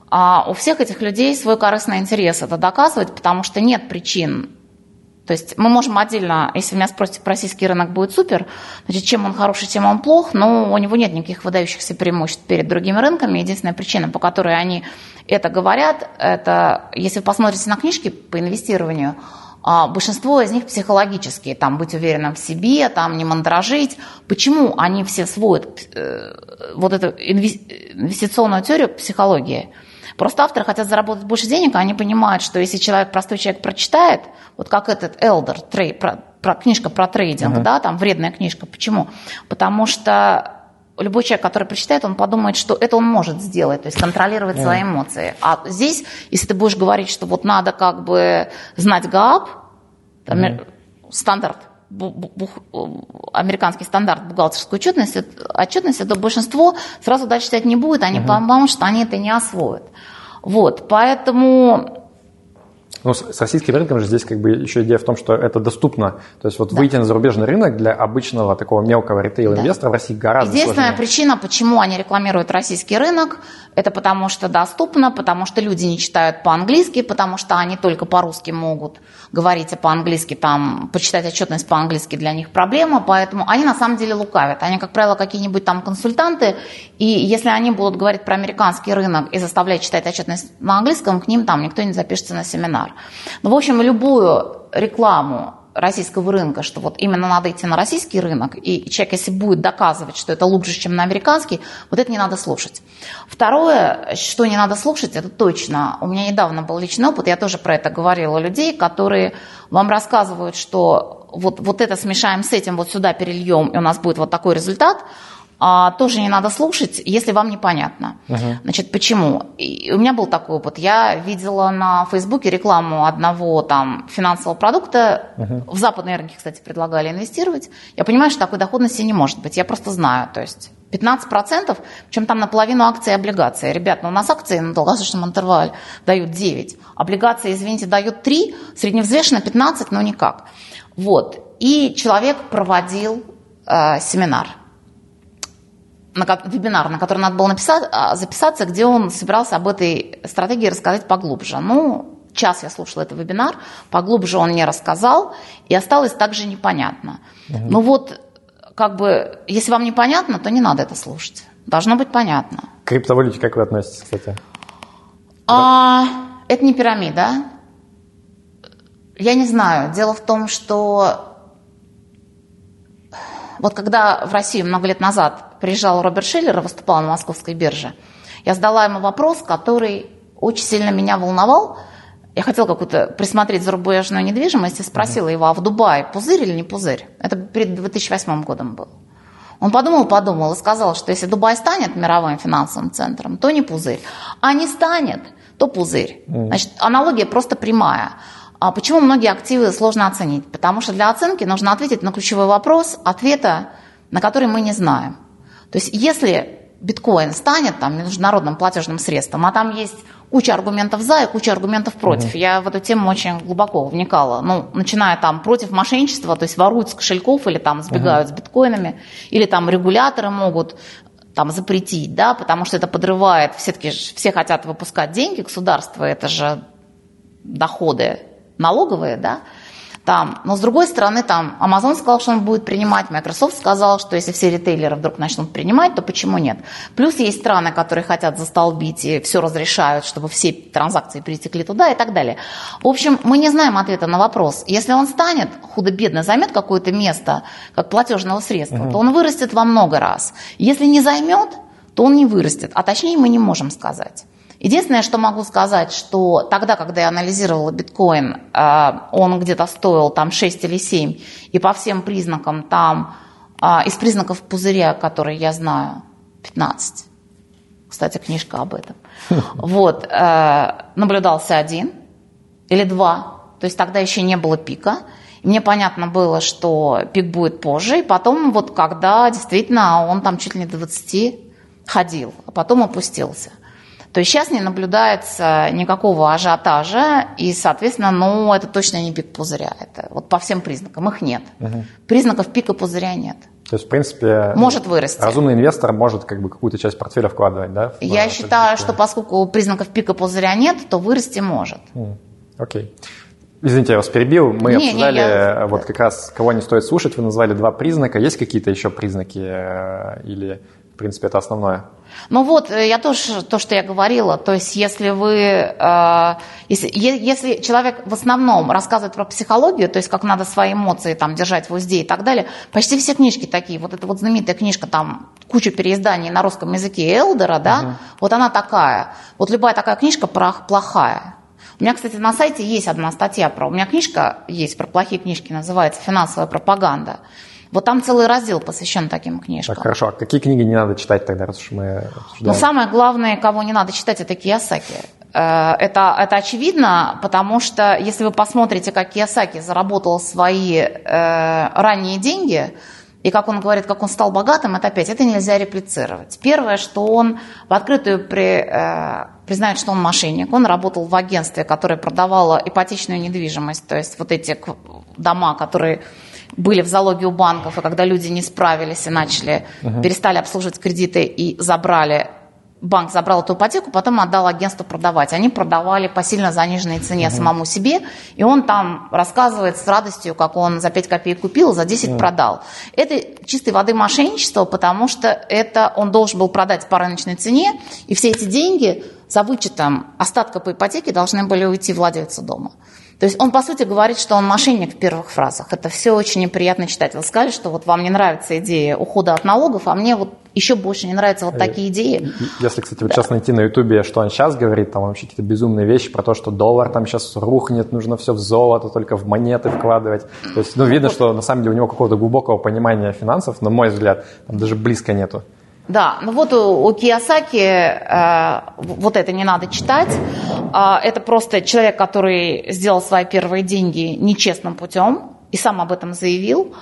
а у всех этих людей свой корыстный интерес это доказывать, потому что нет причин. То есть мы можем отдельно, если меня спросите, российский рынок будет супер, значит, чем он хороший, чем он плох, но у него нет никаких выдающихся преимуществ перед другими рынками. Единственная причина, по которой они это говорят, это, если вы посмотрите на книжки по инвестированию, большинство из них психологические, там быть уверенным в себе, там не мандражить. Почему они все сводят э, вот эту инвестиционную теорию психологии? Просто авторы хотят заработать больше денег, а они понимают, что если человек, простой человек прочитает, вот как этот Элдер, трей, про, про, книжка про трейдинг, uh-huh. да, там вредная книжка. Почему? Потому что любой человек, который прочитает, он подумает, что это он может сделать, то есть контролировать uh-huh. свои эмоции. А здесь, если ты будешь говорить, что вот надо как бы знать ГААП, там, uh-huh. стандарт, бух, американский стандарт бухгалтерской отчетности, отчетности, то большинство сразу дальше читать не будет, они uh-huh. потому что они это не освоят. Вот, поэтому... Ну, с российским рынком же здесь как бы еще идея в том, что это доступно. То есть вот да. выйти на зарубежный рынок для обычного такого мелкого ритейл-инвестора да. в России гораздо Единственная сложнее. причина, почему они рекламируют российский рынок, это потому что доступно, потому что люди не читают по-английски, потому что они только по-русски могут говорить, а по-английски там, почитать отчетность по-английски для них проблема, поэтому они на самом деле лукавят. Они, как правило, какие-нибудь там консультанты, и если они будут говорить про американский рынок и заставлять читать отчетность на английском, к ним там никто не запишется на семинар. Ну, в общем, любую рекламу российского рынка, что вот именно надо идти на российский рынок, и человек, если будет доказывать, что это лучше, чем на американский, вот это не надо слушать. Второе, что не надо слушать, это точно. У меня недавно был личный опыт, я тоже про это говорила, людей, которые вам рассказывают, что вот, вот это смешаем с этим, вот сюда перельем, и у нас будет вот такой результат. А, тоже не надо слушать, если вам непонятно. Uh-huh. Значит, почему? И у меня был такой опыт. Я видела на Фейсбуке рекламу одного там финансового продукта. Uh-huh. В западные рынки, кстати, предлагали инвестировать. Я понимаю, что такой доходности не может быть. Я просто знаю. То есть пятнадцать процентов, причем там наполовину акций и облигаций. Ребят, ну у нас акции на долгосрочном интервале дают девять. Облигации, извините, дают три. Средневзвешенно пятнадцать, но никак. Вот. И человек проводил э, семинар. На, вебинар, на который надо было написать, записаться, где он собирался об этой стратегии рассказать поглубже. Ну, час я слушала этот вебинар, поглубже он не рассказал, и осталось также непонятно. Угу. Ну вот, как бы, если вам непонятно, то не надо это слушать. Должно быть понятно. К криптовалюте как вы относитесь, кстати? А, это не пирамида. Я не знаю. Дело в том, что вот когда в Россию много лет назад приезжал Роберт Шиллер и выступал на московской бирже, я задала ему вопрос, который очень сильно меня волновал. Я хотела какую-то присмотреть зарубежную недвижимость и спросила его, а в Дубае пузырь или не пузырь? Это перед две тысячи восьмым годом было. Он подумал, подумал и сказал, что если Дубай станет мировым финансовым центром, то не пузырь. А не станет, то пузырь. Значит, аналогия просто прямая. А почему многие активы сложно оценить? Потому что для оценки нужно ответить на ключевой вопрос, ответа на который мы не знаем. То есть если биткоин станет там международным платежным средством, а там есть куча аргументов за и куча аргументов против. Mm-hmm. Я в эту тему очень глубоко вникала. Ну, начиная там против мошенничества, то есть воруют с кошельков или там сбегают mm-hmm. с биткоинами, или там регуляторы могут там запретить, да, потому что это подрывает, все-таки все хотят выпускать деньги, государство, это же доходы налоговые, да. Там. Но с другой стороны, там Amazon сказал, что он будет принимать, Microsoft сказал, что если все ритейлеры вдруг начнут принимать, то почему нет? Плюс есть страны, которые хотят застолбить и все разрешают, чтобы все транзакции перетекли туда и так далее. В общем, мы не знаем ответа на вопрос. Если он станет, худо-бедно займет какое-то место, как платежного средства, uh-huh. то он вырастет во много раз. Если не займет, то он не вырастет. А точнее мы не можем сказать. Единственное, что могу сказать, что тогда, когда я анализировала биткоин, он где-то стоил там шесть или семь, и по всем признакам там, из признаков пузыря, которые я знаю, пятнадцать. Кстати, книжка об этом. Вот, наблюдался один или два, то есть тогда еще не было пика. И мне понятно было, что пик будет позже, и потом вот когда действительно он там чуть ли не до двадцати ходил, а потом опустился. То есть сейчас не наблюдается никакого ажиотажа, и, соответственно, ну, это точно не пик пузыря. Это вот по всем признакам их нет. Угу. Признаков пика пузыря нет. То есть, в принципе, может вырасти. Разумный инвестор может как бы какую-то часть портфеля вкладывать, да? Я считаю, что поскольку признаков пика пузыря нет, то вырасти может. Окей. Извините, я вас перебил. Мы не, обсуждали не, я... вот как раз, кого не стоит слушать. Вы назвали два признака. Есть какие-то еще признаки или, в принципе, это основное? Ну вот, я тоже, то, что я говорила, то есть если вы, э, если, если человек в основном рассказывает про психологию, то есть как надо свои эмоции там держать в узде и так далее, почти все книжки такие, вот эта вот знаменитая книжка, там куча переизданий на русском языке Элдера, да, угу. вот она такая, вот любая такая книжка плохая. У меня, кстати, на сайте есть одна статья про, у меня книжка есть про плохие книжки, называется «Финансовая пропаганда». Вот там целый раздел посвящен таким книжкам. Так, хорошо. А какие книги не надо читать тогда, раз уж мы обсуждаем? Ну, самое главное, кого не надо читать, это Кийосаки. Это, это очевидно, потому что если вы посмотрите, как Кийосаки заработал свои э, ранние деньги, и как он говорит, как он стал богатым, это опять, это нельзя реплицировать. Первое, что он в открытую при, э, признает, что он мошенник. Он работал в агентстве, которое продавало ипотечную недвижимость, то есть вот эти дома, которые... были в залоге у банков, и когда люди не справились и начали, uh-huh. перестали обслуживать кредиты и забрали, банк забрал эту ипотеку, потом отдал агентству продавать. Они продавали по сильно заниженной цене uh-huh. самому себе, и он там рассказывает с радостью, как он за пять копеек купил, за десять uh-huh. продал. Это чистой воды мошенничество, потому что это он должен был продать по рыночной цене, и все эти деньги за вычетом остатка по ипотеке должны были уйти владельцу дома. То есть он, по сути, говорит, что он мошенник в первых фразах. Это все очень неприятно читать. Вы сказали, что вот вам не нравится идея ухода от налогов, а мне вот еще больше не нравятся вот такие идеи. Если, кстати, вот да. сейчас найти на Ютубе, что он сейчас говорит, там вообще какие-то безумные вещи про то, что доллар там сейчас рухнет, нужно все в золото, только в монеты вкладывать. То есть, ну, видно, что на самом деле у него какого-то глубокого понимания финансов, на мой взгляд, там даже близко нету. Да, ну вот у, у Кийосаки э, вот это не надо читать. Э, это просто человек, который сделал свои первые деньги нечестным путем и сам об этом заявил.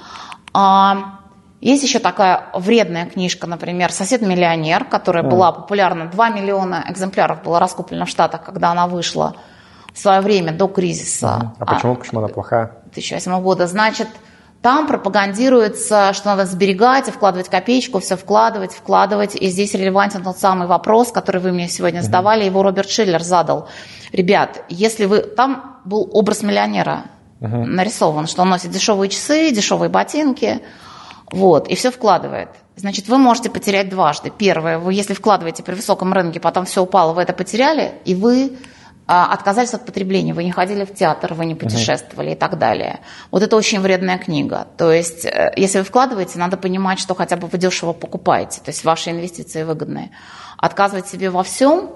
Э, есть еще такая вредная книжка, например, «Сосед-миллионер», которая mm. была популярна. два миллиона экземпляров было раскуплено в Штатах, когда она вышла в свое время до кризиса. Mm. А почему? А, почему она плохая? две тысячи восьмого года. Значит, там пропагандируется, что надо сберегать и вкладывать копеечку, все вкладывать, вкладывать. И здесь релевантен тот самый вопрос, который вы мне сегодня задавали, его Роберт Шиллер задал. Ребят, если вы... Там был образ миллионера uh-huh. нарисован, что он носит дешевые часы, дешевые ботинки, вот, и все вкладывает. Значит, вы можете потерять дважды. Первое, вы если вкладываете при высоком рынке, потом все упало, вы это потеряли, и вы... отказались от потребления, вы не ходили в театр, вы не путешествовали uh-huh. и так далее. Вот это очень вредная книга. То есть, если вы вкладываете, надо понимать, что хотя бы вы дешево покупаете, то есть ваши инвестиции выгодные. Отказывать себе во всем,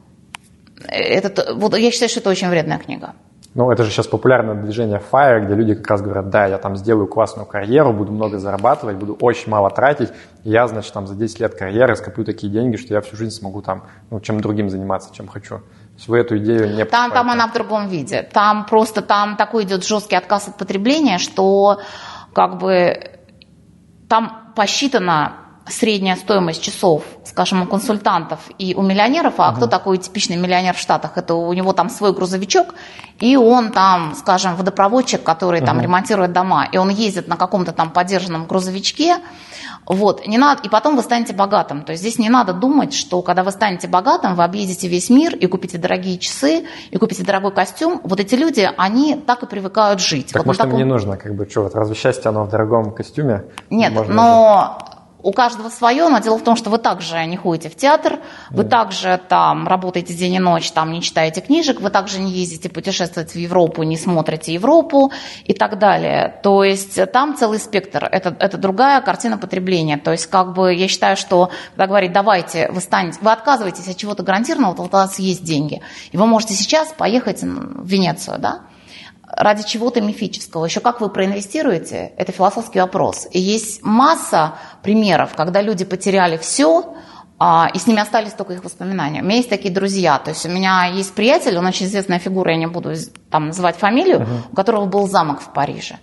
это, вот, я считаю, что это очень вредная книга. Ну, это же сейчас популярное движение файр, где люди как раз говорят, да, я там сделаю классную карьеру, буду много зарабатывать, буду очень мало тратить, и я, значит, там за десять лет карьеры скоплю такие деньги, что я всю жизнь смогу там, ну, чем другим заниматься, чем хочу. То есть вы эту идею не там, там она в другом виде. Там просто там такой идет жесткий отказ от потребления, что как бы там посчитано, средняя стоимость часов, скажем, у консультантов и у миллионеров, а uh-huh. кто такой типичный миллионер в Штатах? Это у него там свой грузовичок, и он там, скажем, водопроводчик, который uh-huh. там ремонтирует дома, и он ездит на каком-то там подержанном грузовичке, вот, не надо, и потом вы станете богатым. То есть здесь не надо думать, что когда вы станете богатым, вы объедете весь мир и купите дорогие часы, и купите дорогой костюм. Вот эти люди, они так и привыкают жить. Так вот может, таком... им не нужно, как бы, что, вот разве счастье, оно в дорогом костюме? Нет, можно но... Же... У каждого свое, но дело в том, что вы также не ходите в театр, вы mm. также там работаете день и ночь, там не читаете книжек, вы также не ездите путешествовать в Европу, не смотрите Европу и так далее. То есть там целый спектр, это, это другая картина потребления. То есть как бы я считаю, что когда говорить, давайте вы станете, вы отказываетесь от чего-то гарантированного, вот у вас есть деньги, и вы можете сейчас поехать в Венецию, да? Ради чего-то мифического. Еще как вы проинвестируете, это философский вопрос. И есть масса примеров, когда люди потеряли все, а, и с ними остались только их воспоминания. У меня есть такие друзья. То есть у меня есть приятель, он очень известная фигура, я не буду там называть фамилию, uh-huh. у которого был замок в Париже.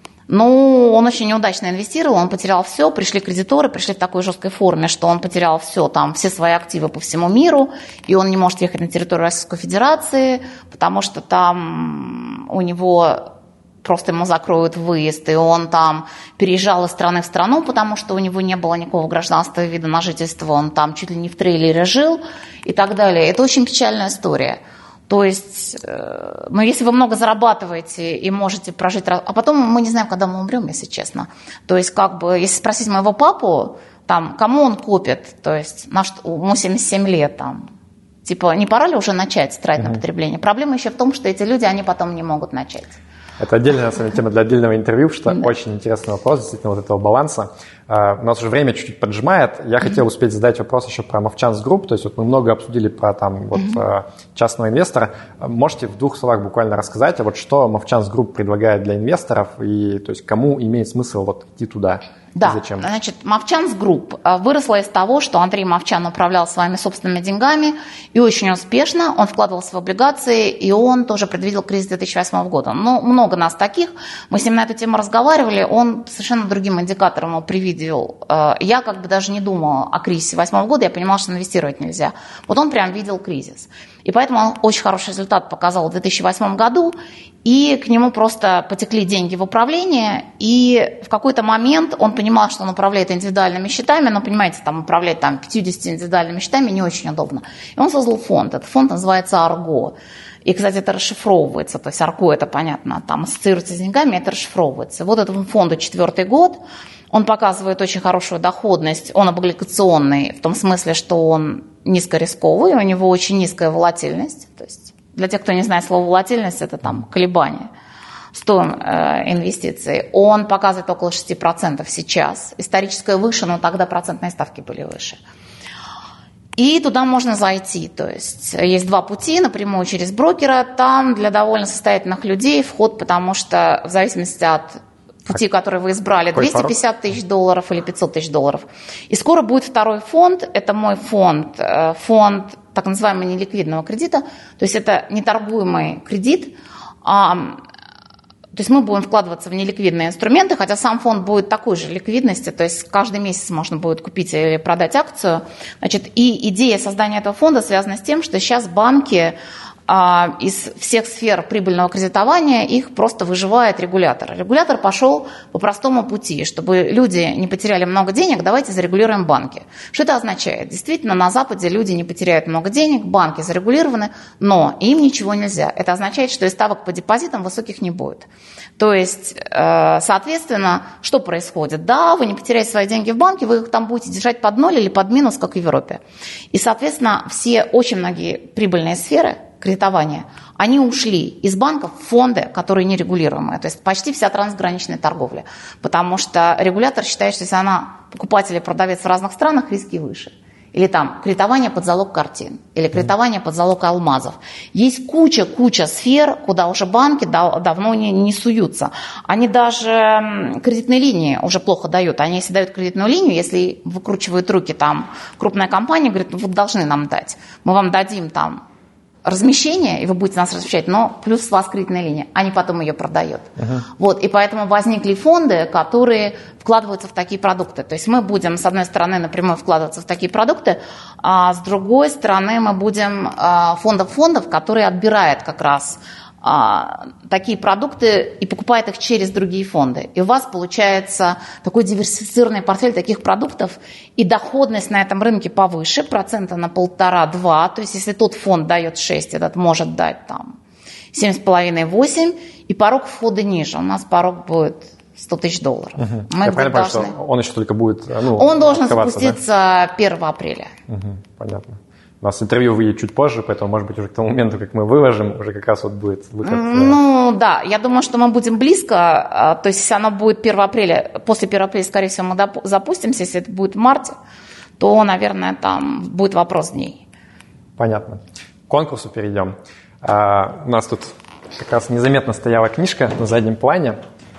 Ну, он очень неудачно инвестировал, он потерял все, пришли кредиторы, пришли в такой жесткой форме, что он потерял все, там, все свои активы по всему миру, и он не может ехать на территорию Российской Федерации, потому что там у него просто ему закроют выезд, и он там переезжал из страны в страну, потому что у него не было никакого гражданства и вида на жительство, он там чуть ли не в трейлере жил и так далее. Это очень печальная история. То есть, ну, если вы много зарабатываете и можете прожить... А потом мы не знаем, когда мы умрем, если честно. То есть, как бы, если спросить моего папу, там, кому он копит, то есть, на что, ему семьдесят семь лет, там, типа, не пора ли уже начать тратить mm-hmm. на потребление? Проблема еще в том, что эти люди, они потом не могут начать. Это отдельная, на самом деле, тема для отдельного интервью, что да. очень интересный вопрос, действительно, вот этого баланса. Uh, у нас уже время чуть-чуть поджимает. Я mm-hmm. хотел успеть задать вопрос еще про Mavchance Group. То есть вот мы много обсудили про там, вот, mm-hmm. uh, частного инвестора. Можете в двух словах буквально рассказать, а вот что Mavchance Group предлагает для инвесторов и то есть кому имеет смысл вот идти туда? Да, зачем? Значит, Mavchance Group выросла из того, что Андрей Мовчан управлял своими собственными деньгами и очень успешно. Он вкладывался в облигации, и он тоже предвидел кризис две тысячи восьмого года. Но много нас таких. Мы с ним на эту тему разговаривали. Он совершенно другим индикатором его привидел. Я как бы даже не думала о кризисе восьмого года. Я понимала, что инвестировать нельзя. Вот он прям видел кризис. И поэтому он очень хороший результат показал в две тысячи восьмом году. И к нему просто потекли деньги в управление, и в какой-то момент он понимал, что он управляет индивидуальными счетами, но, понимаете, там управлять там, пятьюдесятью индивидуальными счетами не очень удобно. И он создал фонд, этот фонд называется «Арго». И, кстати, это расшифровывается, то есть «Арго» это понятно, там ассоциируется с деньгами, это расшифровывается. Вот этому фонду четвертый год, он показывает очень хорошую доходность, он облигационный, в том смысле, что он низкорисковый, у него очень низкая волатильность, то есть для тех, кто не знает слово волатильность, это там колебания стоимости э, инвестиций. Он показывает около шесть процентов сейчас. Историческое выше, но тогда процентные ставки были выше. И туда можно зайти. То есть есть два пути, напрямую через брокера. Там для довольно состоятельных людей вход, потому что в зависимости от пути, который вы избрали, двести пятьдесят тысяч долларов или пятьсот тысяч долларов. И скоро будет второй фонд. Это мой фонд. Фонд так называемого неликвидного кредита. То есть это неторгуемый кредит. А, то есть мы будем вкладываться в неликвидные инструменты, хотя сам фонд будет такой же ликвидности. То есть каждый месяц можно будет купить или продать акцию. Значит, и идея создания этого фонда связана с тем, что сейчас банки из всех сфер прибыльного кредитования их просто выживает регулятор. Регулятор пошел по простому пути, чтобы люди не потеряли много денег, давайте зарегулируем банки. Что это означает? Действительно, на Западе люди не потеряют много денег, банки зарегулированы, но им ничего нельзя. Это означает, что и ставок по депозитам высоких не будет. То есть, соответственно, что происходит? Да, вы не потеряете свои деньги в банке, вы их там будете держать под ноль или под минус, как в Европе. И, соответственно, все очень многие прибыльные сферы кредитования, они ушли из банков в фонды, которые нерегулируемые. То есть почти вся трансграничная торговля. Потому что регулятор считает, что если она покупатель и продавец в разных странах, риски выше. Или там кредитование под залог картин, или кредитование под залог алмазов. Есть куча-куча сфер, куда уже банки дав- давно не, не суются. Они даже кредитные линии уже плохо дают. Они если дают кредитную линию, если выкручивают руки там крупная компания, говорит, ну, вы должны нам дать. Мы вам дадим там размещение, и вы будете нас размещать, но плюс с вас кредитная линия, они потом ее продают. Uh-huh. Вот, и поэтому возникли фонды, которые вкладываются в такие продукты. То есть мы будем, с одной стороны, напрямую вкладываться в такие продукты, а с другой стороны мы будем а, фондов фондов, которые отбирают как раз а, такие продукты и покупает их через другие фонды. И у вас получается такой диверсифицированный портфель таких продуктов, и доходность на этом рынке повыше, процента на полтора-два. То есть если тот фонд дает шесть, этот может дать там семь с половиной - восемь, и порог входа ниже. У нас порог будет сто тысяч долларов. Угу. Мы Я правильно должны... понимаю, что он еще только будет ну, Он должен запуститься да? первого апреля. Угу. Понятно. У нас интервью выйдет чуть позже, поэтому, может быть, уже к тому моменту, как мы выложим, уже как раз вот будет выход. Ну, да, я думаю, что мы будем близко, то есть если оно будет первого апреля, после первого апреля, скорее всего, мы запустимся, если это будет в марте, то, наверное, там будет вопрос дней. Понятно. К конкурсу перейдем. А, у нас тут как раз незаметно стояла книжка на заднем плане.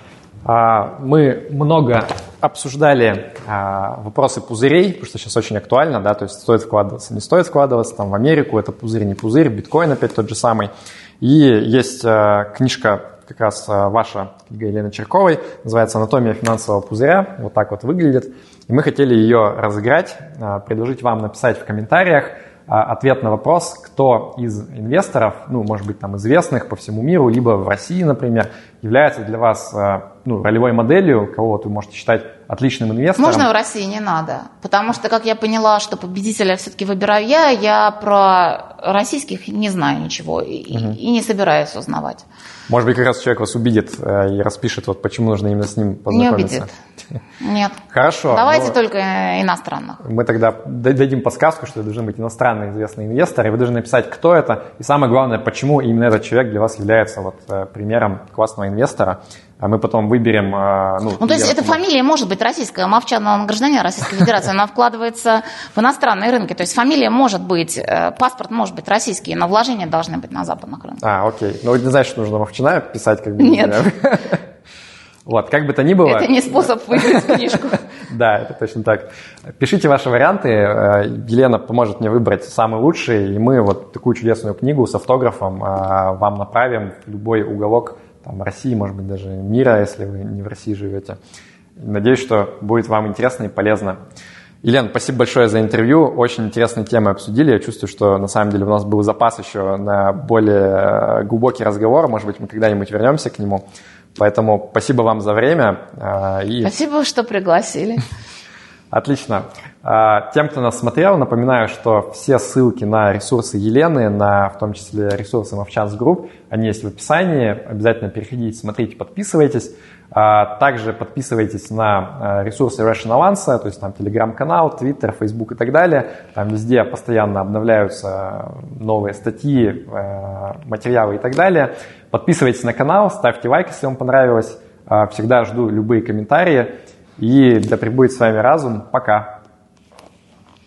А, мы много обсуждали а, вопросы пузырей, потому что сейчас очень актуально, да, то есть стоит вкладываться, не стоит вкладываться, там в Америку это пузырь, не пузырь, биткоин опять тот же самый. И есть а, книжка как раз а, ваша, книга Елены Черковой, называется «Анатомия финансового пузыря», вот так вот выглядит. И мы хотели ее разыграть, а, предложить вам написать в комментариях а, ответ на вопрос, кто из инвесторов, ну, может быть, там известных по всему миру, либо в России, например, является для вас ну, ролевой моделью, кого вот вы можете считать отличным инвестором. Можно в России не надо, потому что, как я поняла, что победителя все-таки выбираю я, я про российских не знаю ничего и, угу. и не собираюсь узнавать. Может быть, как раз человек вас убедит и распишет, вот почему нужно именно с ним познакомиться. Не убедит. Нет. Хорошо. Давайте но... только иностранных. Мы тогда дадим подсказку, что должны быть иностранные известные инвесторы, и вы должны написать, кто это, и самое главное, почему именно этот человек для вас является вот примером классного инвестора. А мы потом выберем... Ну, ну то есть эта фамилия может быть российская, Мовчанова, он гражданин Российской Федерации, она вкладывается в иностранные рынки. То есть фамилия может быть, паспорт может быть российский, но вложения должны быть на западных рынках. А, окей. Но не знаешь, что нужно Мовчана писать? Как бы, нет. Вот, как бы то ни было... Это не способ выиграть книжку. Да, это точно так. Пишите ваши варианты, Елена поможет мне выбрать самый лучший, и мы вот такую чудесную книгу с автографом вам направим в любой уголок там, России, может быть, даже мира, если вы не в России живете. Надеюсь, что будет вам интересно и полезно. Елена, спасибо большое за интервью. Очень интересные темы обсудили. Я чувствую, что на самом деле у нас был запас еще на более глубокий разговор. Может быть, мы когда-нибудь вернемся к нему. Поэтому спасибо вам за время. И... Спасибо, что пригласили. Отлично. Тем, кто нас смотрел, напоминаю, что все ссылки на ресурсы Елены, на, в том числе ресурсы Movchance Group, они есть в описании. Обязательно переходите, смотрите, подписывайтесь. Также подписывайтесь на ресурсы Russian Avance, то есть там телеграм-канал, твиттер, фейсбук и так далее. Там везде постоянно обновляются новые статьи, материалы и так далее. Подписывайтесь на канал, ставьте лайк, если вам понравилось. Всегда жду любые комментарии. И да пребудет с вами разум. Пока.